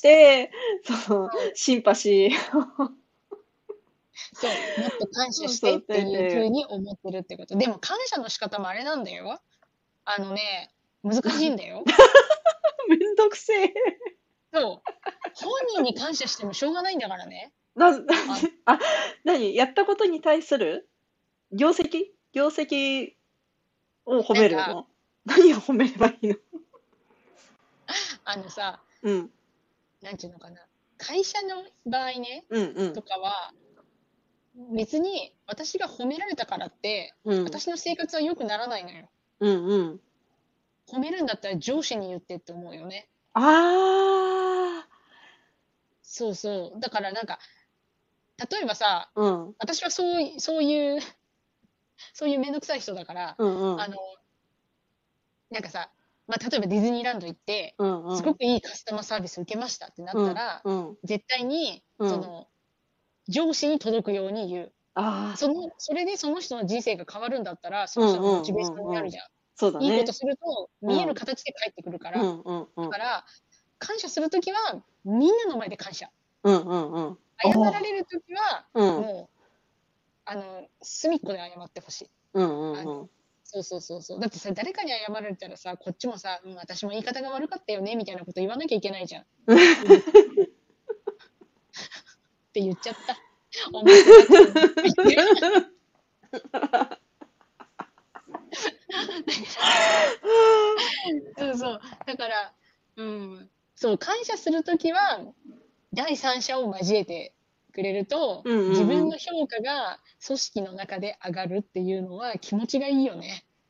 その、シンパシーそう、もっと感謝を、 してそう、 っていう風で、 に思ってるってこと。でも感謝の仕方もあれなんだよ。あのね、難しいんだよ。 めんどくせえ。 そう。本人に感謝してもしょうがないんだからね。 な、なんで、 あ、 あ、何やったことに対する業績業績を褒なんか、 めるの？何を褒めればいいの？ あのさ、 うん、 なんていうのかな。会社の場合ね、 うんうん、 とかは、別に私が褒められたからって、 うん、 私の生活は良くならないのよ。 うんうん。 褒めるんだったら上司に言ってって思うよね。 あそうそう。だからなんか、例えばさ、 あ、うん、 私はそうい、そういう、そういうめんどくさい人だから、 うんうん、 あの、なんかさ、まあ、例えばディズニーランド行って、 うんうん、 すごくいいカスタマーサービス受けましたってなっうん、 たら、 うん、 絶対に、 うん。 その、上司に届くように言う。 ああ、 その、それでその人の人生が変わるんだったら、その人のうんうんモチベーションにうんうん。 なるじゃん。 そうだね。 いいことすると、見えるうん、 形で返ってくるから。 うんうんうん。 だから、感謝するときは、みんなの前で感謝。 うんうんうん。お謝らお。 れるときは、 うん。 もう、あの、隅っこで謝ってほしい。 うんうあの、 んうん。 そうそうそうそう。だってさ、誰かに謝られたらさ、こっちもさ、うん、私も言い方が悪かったよね、みたいなこと言わなきゃいけないじゃん。って言って言っちゃった。面白くて。そうそう。だから、うん。そう、感謝するときは、第三者を交えてくれると、 うんう自分んうん。 の評価が組織の中で上がるっていうのは気持ちがいいよね。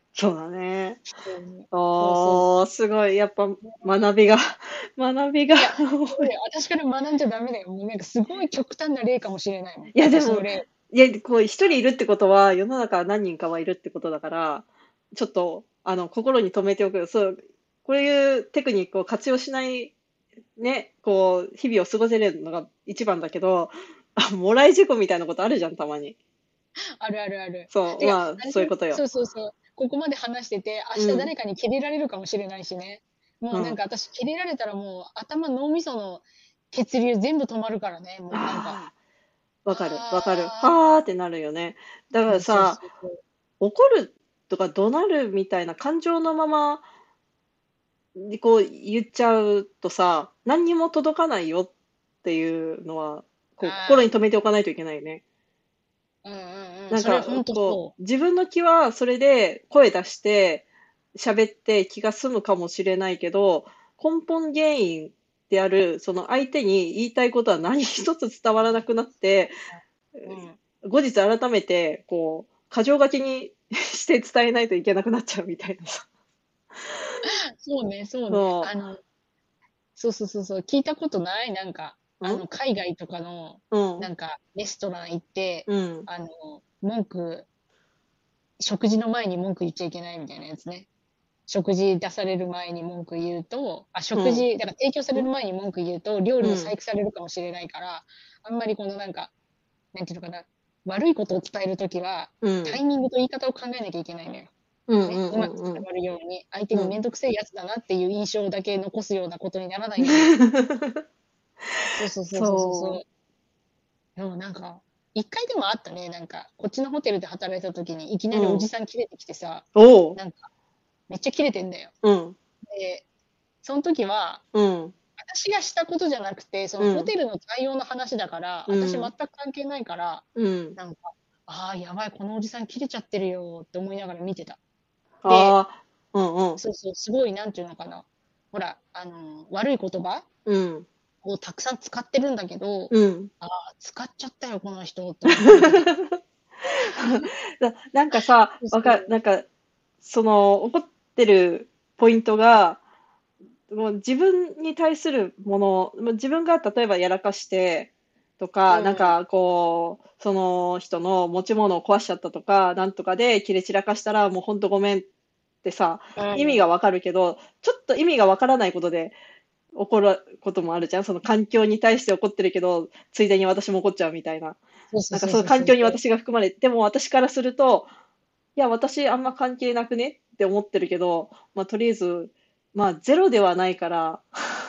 そうだね。 うん、そうそう。 おー、すごい。やっぱ学びが、学びがいや、 多い。 そうだよ。私から学んじゃダメだよ。もうなんかすごい極端な例かもしれないもん。 いや、でも、 私の例。 いや、こう、一人いるってことは、世の中何人かはいるってことだから、ちょっと、あの、心に留めておく。そう、こういうテクニックを活用しないね、こう、日々を過ごせるのが一番だけど、あ、もらい事故みたいなことあるじゃん、たまに。 あるあるある。 そう、 てか、 まあ、 あれで、 そういうことよ。 そうそうそう。ここまで話してて、明うん、 日誰かにキレられるかもしれないしね。もうなんうん。 か私、キレられたらもう頭、脳みその血流全部止まるからね。もうなんか、 ああ、わかる、わかる。 あはーってなるよね。だかあ、そうそうらさ、 そうそう。 怒るとか怒鳴るみたいな感情のまま、こう言っちゃうとさ、何にも届かないよっていうのは、こう、心あに留めておかないといけないよね。 あ、うんうんうん。 なんか、 それほんとこそう、自分の気はそれで声出して喋って気が済むかもしれないけど、根本原因である、その相手に言いたいことは何一つ伝わらなくなって、 う。うん。 後日改めて、こう、箇条書きにして伝えないといけなくなっちゃうみたいなさ。 そうね、そうね。 そあの、そうそうそうそう、聞いたことない？なんか、 う。んあの、海外とかの、 うん。 なんか、レストラン行って、 うん。 あの、文句食事の前に文句言っちゃいけないみたいなやつね。食事出される前に文句言うと、あ、 うん。 食事、だから提供されんる前に文句言うと、料理のうん。 細工されるかもしれないから、あんまりこのなんか、なんていうのかな、悪いことを伝えるときは、 うん。 タイミングと言い方を考えなきゃいけないのよ。ね、 うんうんうまくうん伝わるように、相手うん。うん。 にめんどくせえやつだなっていう印象だけ残すようなことにならないように。そうそうそうそうそうそそう。でもなんか、一回でもあったね、なんか、こっちのホテルで働いた時にいきう。 なりおじうん。 さん切れてきてさ、 おう。 なんか、めっちゃ切れてんだよ。 うん。 で、その時は、 うん。 私がしたことじゃなくて、そのホうん。 テルの対応の話だから、 うん。 私全く関係ないから、 うん。 なんか、ああ、やばい、このおじさん切れちゃってるよって思いながら見てた。で、 ああ。うんうん。 そうそう、すごい、なんていうのかな。ほら、あの、悪い言葉うん。 をたくさん使ってるんだけど、 うん。 ああ、使っちゃったよ、この人って思って見てた。 ななんかさ、 そうそわか、 う。 なんか、その、怒ってるポイントが、もう自分に対するもの、もう自分が例えばやらかしてとか、なんうん。 かこう、その人の持ち物を壊しちゃったとか、なんとかで切れ散らかしたら、もう本当ごめんってさ、 うん。 意味がわかるけど、ちょっと意味がわからないことで怒ることもあるじゃん。その環境に対して怒ってるけど、ついでに私も怒っちゃうみたいな。 そうそうなんかそうそうその環境にそうそう。 私が含まれて、でも私からすると、いや、私あんま関係なくねって思ってるけど、まあとりあえず、まあゼロではないから、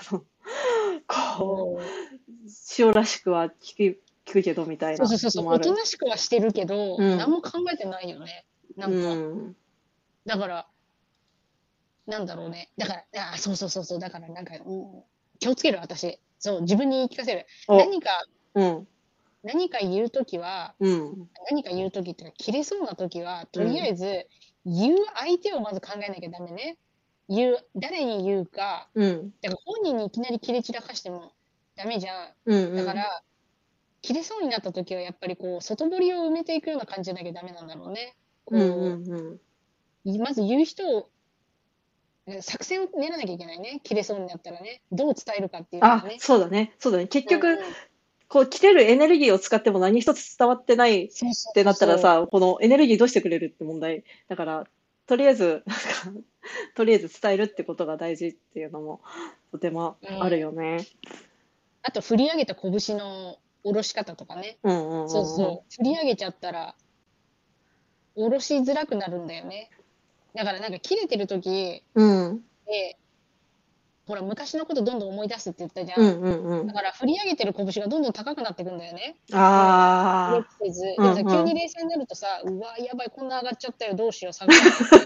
こう、 そう。 塩らしくは聞く、聞くけどみたいなそうそうそうそう。 のもある。 おとなしくはしてるけど、何うん、 も考えてないよね。なうんか、 ん、 だから、なんだろうね。だから、あ、そうそうそうそう。だからなんか、うん、気をつける、私。そう、自分に言い聞かせる。 お、 何か、 うん、 何か言うときは、 うん、 何か言うときっていうか、切れそうなときは、とりあうん、 えず、言う相手をまず考えなきゃダメね。言う、誰に言うか、 うん、 だから本人にいきなり切れ散らかしてもダメじゃん。 うん、うん、 だから、切れそうになったときは、やっぱりこう、外堀を埋めていくような感じじゃなきゃダメなんだろうね。 うん、うこん、うん。 う、まず言う人を、作戦を練らなきゃいけないね。切れそうになったらね。どう伝えるかっていうのはあ、 ね。 そうだね。そうだね。結うん局、 うん。 こう、来てるエネルギーを使っても何一つ伝わってないっそうそうてなそうそったらさ、このエネルギーどうしてくれるって問題。だから、とりあえず、なんか、とりあえず伝えるってことが大事っていうのも、とてもう。うあるん。 よね。 あと、振り上げた拳の下ろし方とかね。 うんうんうんうん。 そうそう。振り上げちゃったら、下ろしづらくなるんだよね。だからなんか切れてる時うん。 で、ほら、昔のことどんどん思い出すって言ったじゃん。 うんうんうん。 だから振り上げてる拳がどんどん高くなっていくんだよね。もう、予あ期せず。 あ、うでもさ、急んうん。 に冷静になるとさ、うわ、やばい、こんな上がっちゃったよ、どうしよう、下がらないって。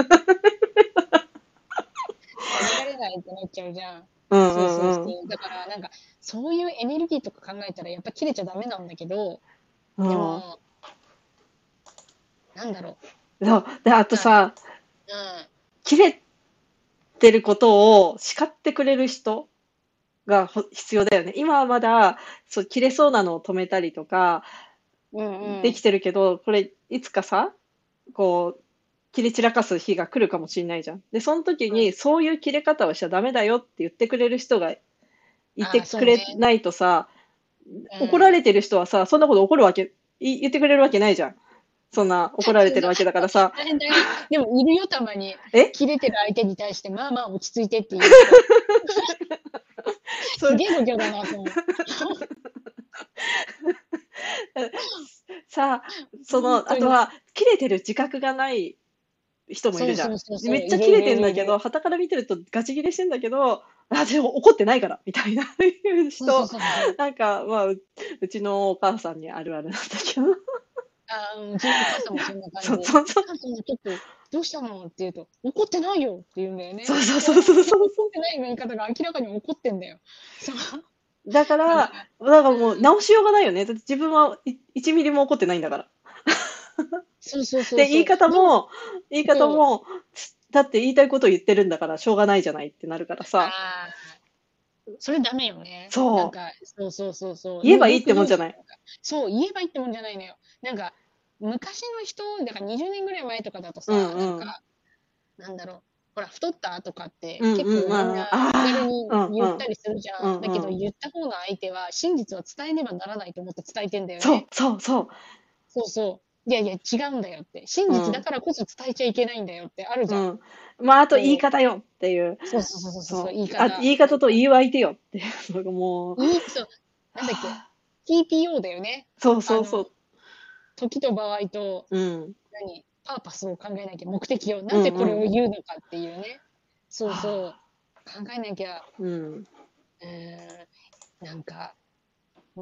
下げられないってなっちゃうじゃん。 うんうそうそうそんうん。 う。だからなんか、そういうエネルギーとか考えたらやっぱ切れちゃダメなんだけど、 うん。 でも、なんだろそう。で、あう。まあ、 とさ、 うん。 切れてることを叱ってくれる人がほ必要だよね。今はまだ、そう、切れそうなのを止めたりとか、 うんうん。 できてるけど、これ、いつかさ、こう、 切れ散らかす日が来るかもしれないじゃん。で、その時はい。 に、そういう切れ方をしちゃダメだよって言ってくれる人がいああ、 てくそうね。 れないとさ、 うん。 怒られてる人はさ、そんなこと怒るわけ、い言ってくれるわけないじゃん。そんな怒られてるわけだからさ、 大変大変。でもいるよ、たまに。 え切れてる相手に対して、まあまあ落ち着いてっていう人。 それ、 すげえ度胸だなと思う。 さあ、その、あ本当に。 とは、切れてる自覚がない人もいそうるじゃそうそうん。めそう。いるいっちゃ切れてんるいるいる。 だけど、傍から見てるとガチ切れしてんだけど、あ、でも怒ってないから、みたいないうそうそう人、 そうそう。 なんか、まあ、ううちのお母さんにあるあるなんだけど。 ああ、うちのお母さんもそんな感そうじ。 そうそう。 お母さんもちょっと、どうしたのって言うと、怒ってないよって言うんだよね。 そうそういや、 そうそうそのそうそ怒ってないの言い方が明らかに怒ってんだよ。そう。 う。だから、 だかだからもう直しようがないよね。だって自分はいちミリも怒ってないんだから。 ら、そうそうそうで、言いそう。でも、 方も、言い方そう、 も、だって言いたいことを言ってるんだからしょうがないじゃないってなるからさ。 ああ、それダメよね。なんそか、そうそうそうそう。 う。よ、 言えばいいっよく言うじゃん。 てもんじゃない。 なんかそう、言えばいいってもんじゃないのよ。なんか、昔の人、だからにじゅうねんぐらい前とかだとうさ、なんんうん。 か、なんだろう、ほら、太ったとかってうんうん。 結構みんなああ、 気軽あにあ、うんうん。 言ったりするじゃん。だけどうんうん。 言った方の相手は真実は伝えねばならないと思って伝えてんだよそうね。 そうそそうそう。いやいや、違うんだよって。真う。う実だん。 からこそ伝えちゃいけないんだよってあるじゃん。 うん。まあ、あと言いそう。 方よっていう。 そうそうそうそうそう、 そう。 言い方。 あ、言い方となんか、 言う相手よっていう。のがもう、 いい、そう、なんだっけ、ティーピーオー だよね。 そうあの、 そうそう。 時と場合と、 うん。 何、パーパスを考えなきゃ、目的を、 うなぜこれをんうん。 言うのかっていうね。そうはそう。考えなきゃ、 あ、うん。 うーん、なんか、うん、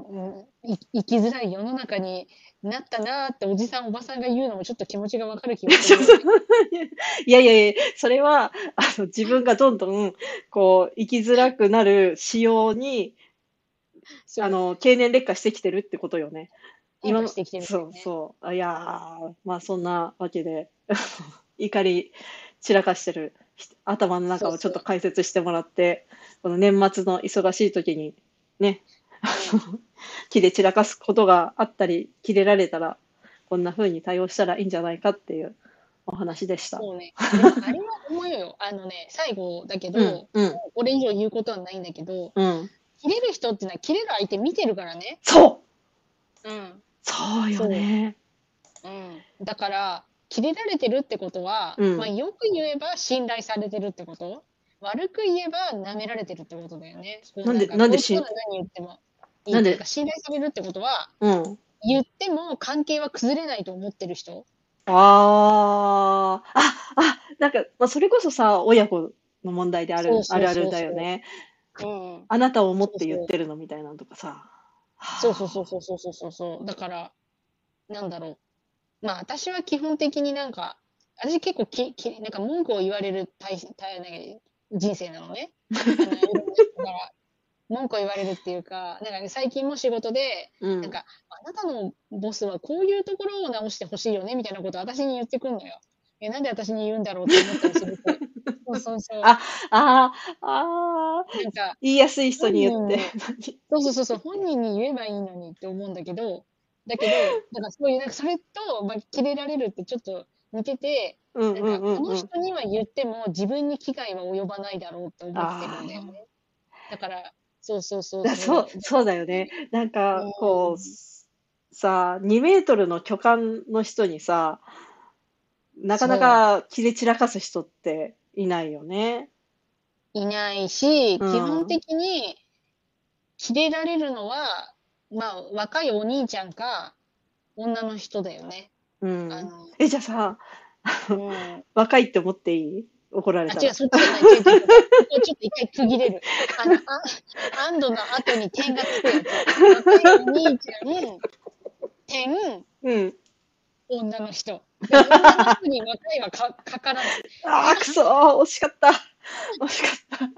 い生きづらい世の中になったなーっておじさんおばさんが言うのもちょっと気持ちがわかる気がするよね。 いやいやいや、それは、あの、自分がどんどん、こう、生きづらくなる仕様に、あそう、 の、経年劣化してきてるってことよね。 変化今、 してきてるんだそうよね。 そう。あいやー、まあそんなわけで、怒り散らかしてる頭の中をちょっとそうそう。 解説してもらって、この年末の忙しい時に、ね、 うん。 気で散らかすことがあったり、切れられたら、こんな風に対応したらいいんじゃないかっていうお話でした。 そうね。でもあれは思うよ。あのね、最後だけど、 うん、 もうん、 うこれ以上言うことはないんだけど、 うん。 切れる人ってのは切れる相手見てるからね。 そううん。 そうよそね。 う。うん。だから、切れられてるってことは、まあ、 うん。 よく言えば信頼されてるってこと。悪く言えば舐められてるってことだよね。こうなんで、 なんか、こいつななんでしん、 ら何言ってもいいって、だかなんで、 ら信頼されるってことは、 うん。 言っても関係は崩れないと思ってる人。 ああ、あ、あ、なんか、まあ、それこそさ、親子の問題である、あそうそうるあるそうそだよね。 う。うん。 あなたを思って言っそうそう。 てるのみたいなのとかさ。 そうそうはあ、 そうそうそうそうそう。だから、なんだろう。まあ、私は基本的になんか、私結構ききなんか文句を言われるたいたいなんか人生なのね。あの、いろんな人から文句を言われるっていうか、なんか最近も仕事で、 うん。 なんか、あなたのボスはこういうところを直してほしいよねみたいなことを私に言ってくんのよ。え、なんで私に言うんだろうって思ったりするし。そうそうそう。 あ、ああ、ああ、 なんか、 言いやすい人本に言って。 人にそうそうそうそう、本人に言えばいいのにって思うんだけど、だけど、なんかそういうなんかそれと、ま、キレられるってちょっと似てて、 うんうんなんかこうんうん。 の人には言っても自分に危害は及ばないだろうって思ってるんだよね。 あだから、そうそうそうあ、そう、 そう。だそうだよね。なんうか、こう、 ーん、 さ、にメートルの巨漢の人にさ、なかなそか切れ散らかす人っていないよね。 う、いないし、 う基本ん。 的にキレられるのは、まあ、若いお兄ちゃんか女の人だよね。 うん。 あの、 え、じゃあさ、あうの、 ん。 若いって思っていい怒られあ、違う、 たら。 そっちじゃない。違う違う違う。ここちょっと一回区切れる。あの、あ安堵の後に点がつくやつ。若いお兄ちゃん、点、 うん。 女の人。でも女の人に若いはかかからない。 ああ、くそー、惜しかった。惜しかった。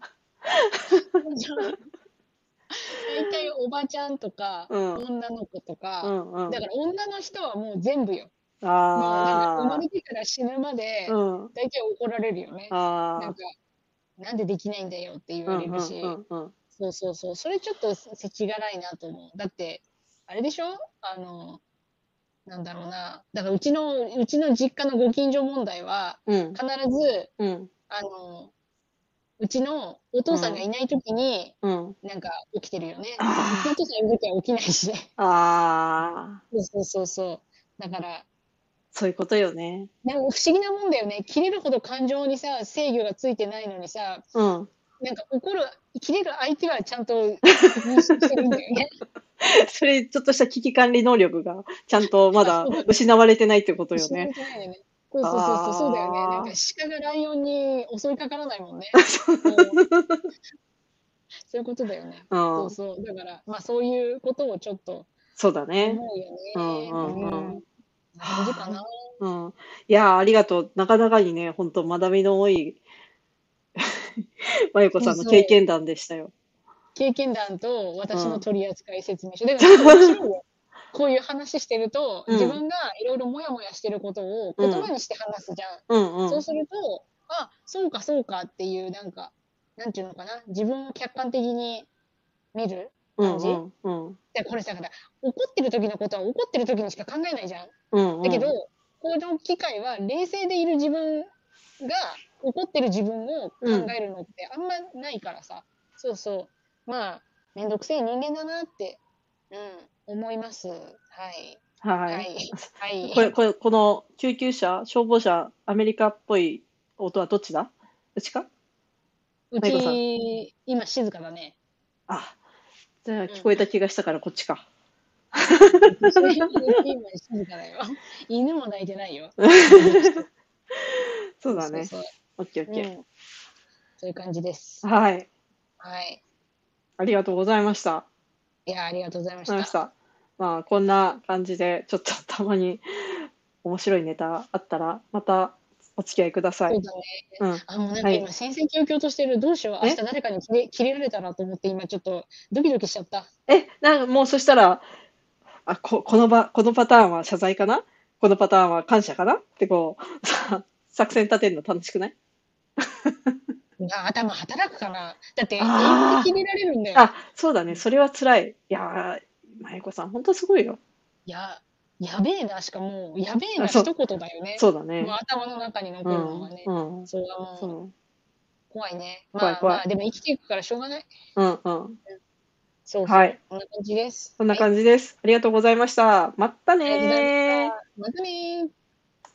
大体おばちゃんとか、 うん。 女の子とか、 うんうん。 だから女の人はもう全部よ。もうなんか生まああ、 れてから死ぬまうで、 ん。 大体怒られるよね。なんか、 ああ、 なんでできないんだよって言われうんうんうるし。 んうん。 そうそうそう。それちょっとせちがらいなと思う。だって、あれでしょあの、 なんだろうな。だからうちの、うちの実家のご近所問題は、 うん。 必ず、 うん。 あの、うちのお父さんがいないときに、 うん。 なんか起きてるよね。うちのおあ父さんいるときは起きないしね。 あ。ああ。 そうそうそうそう。だから、 そういうことよね。 なんか不思議なもんだよね。切れるほど感情にさ、制御がついてないのにさ、 うん。 なんか怒る、切れる相手はちゃんと認識してるんだよね。 それ、ちょっとした危機管理能力が、ちゃんとまあ、 だそうだね。 失われてないってことよね。 失われてないよね。そうそうそうそう、そうだよね。なんかあ鹿がライオンに襲いかからないもんね。 あ。そう。 うん、そういうことだよね。 うん。 そうそう。だから、まあそういうことをちょっとそうだね。 思うようんうね。うんうん。 ん。な感じかな。 はあ。うん。いや、ありがとう。なかなかにね、ほんと学びの多い、まゆこそうさんのそう。 経験談でしたよ。 経験談とうん。 私の取扱説明書。だからちょっと面白いよ。こういう話してると、 うん。 自分がいろいろモヤモヤしてることをうん。 言葉にして話すじゃん。 うんうん。 そうすると、あ、そうかそうかっていう、なんか、なんていうのかな。自分を客観的に見るうんう感じんうん。 で、これさ、だから怒ってる時のことは怒ってる時にしか考えないじゃん。 うんだけど、 うん。 この機会は冷静でいる自分が怒ってる自分をうん。 考えるのってあんまないからさ。そうそう。まあ、めんどくせえ人間だなって、うん、思います。はい。 はい。 はい。はこれ、 い。 これ、この救急車、消防車、アメリカっぽい音はどっちだ？うちか？ うまゆこさん。 ち、今静かだね。 あ、じゃあうん。 聞こえた気がしたからこっちか。 うち、うち今静かだよ。犬も鳴いてないよ。のびのびして。 そうだね。 そうそうそう。 オッケーオッケうん。そういう感じでー。 す。 はい。 はい。 ありがとうございました。 いや、ありがとうございました。 ありました。まあ、こんな感じで、ちょっとたまに面白いネタあったら、またお付き合いください。 そうだね。 うん。 あ、もうなんはい。 か今戦々恐々としてる。どうしよう。明日え誰かにキレキレられたらと思って今ちょっとドキドキしちゃった。 え、なんかもうそしたら、あ、こ、この場、このパターンは謝罪かな、このパターンは感謝かなってこう、さ作戦立てるの楽しくない？ いや、頭働くかな。だって英語でキあレられるんだあ、 よ。 あ、そうだね。それは辛い。いやー、まゆこさん、ほんとすごいよ。 いや、やべえな、しかもう、やべえあ、そう、 な一言だよね。もうそうだね。 頭の中にうん、 残るのはね。 うん。 そう、あの、 そう。 怖いね。まあまあ、 怖い怖い。 でも生きていくからしょうがない。 うん、うん。 うん、そうはい。 そう。こんな感じです。 そんなはい。 感じです。ありがとうございました。まったありがとうございました。 ねー。 またねー。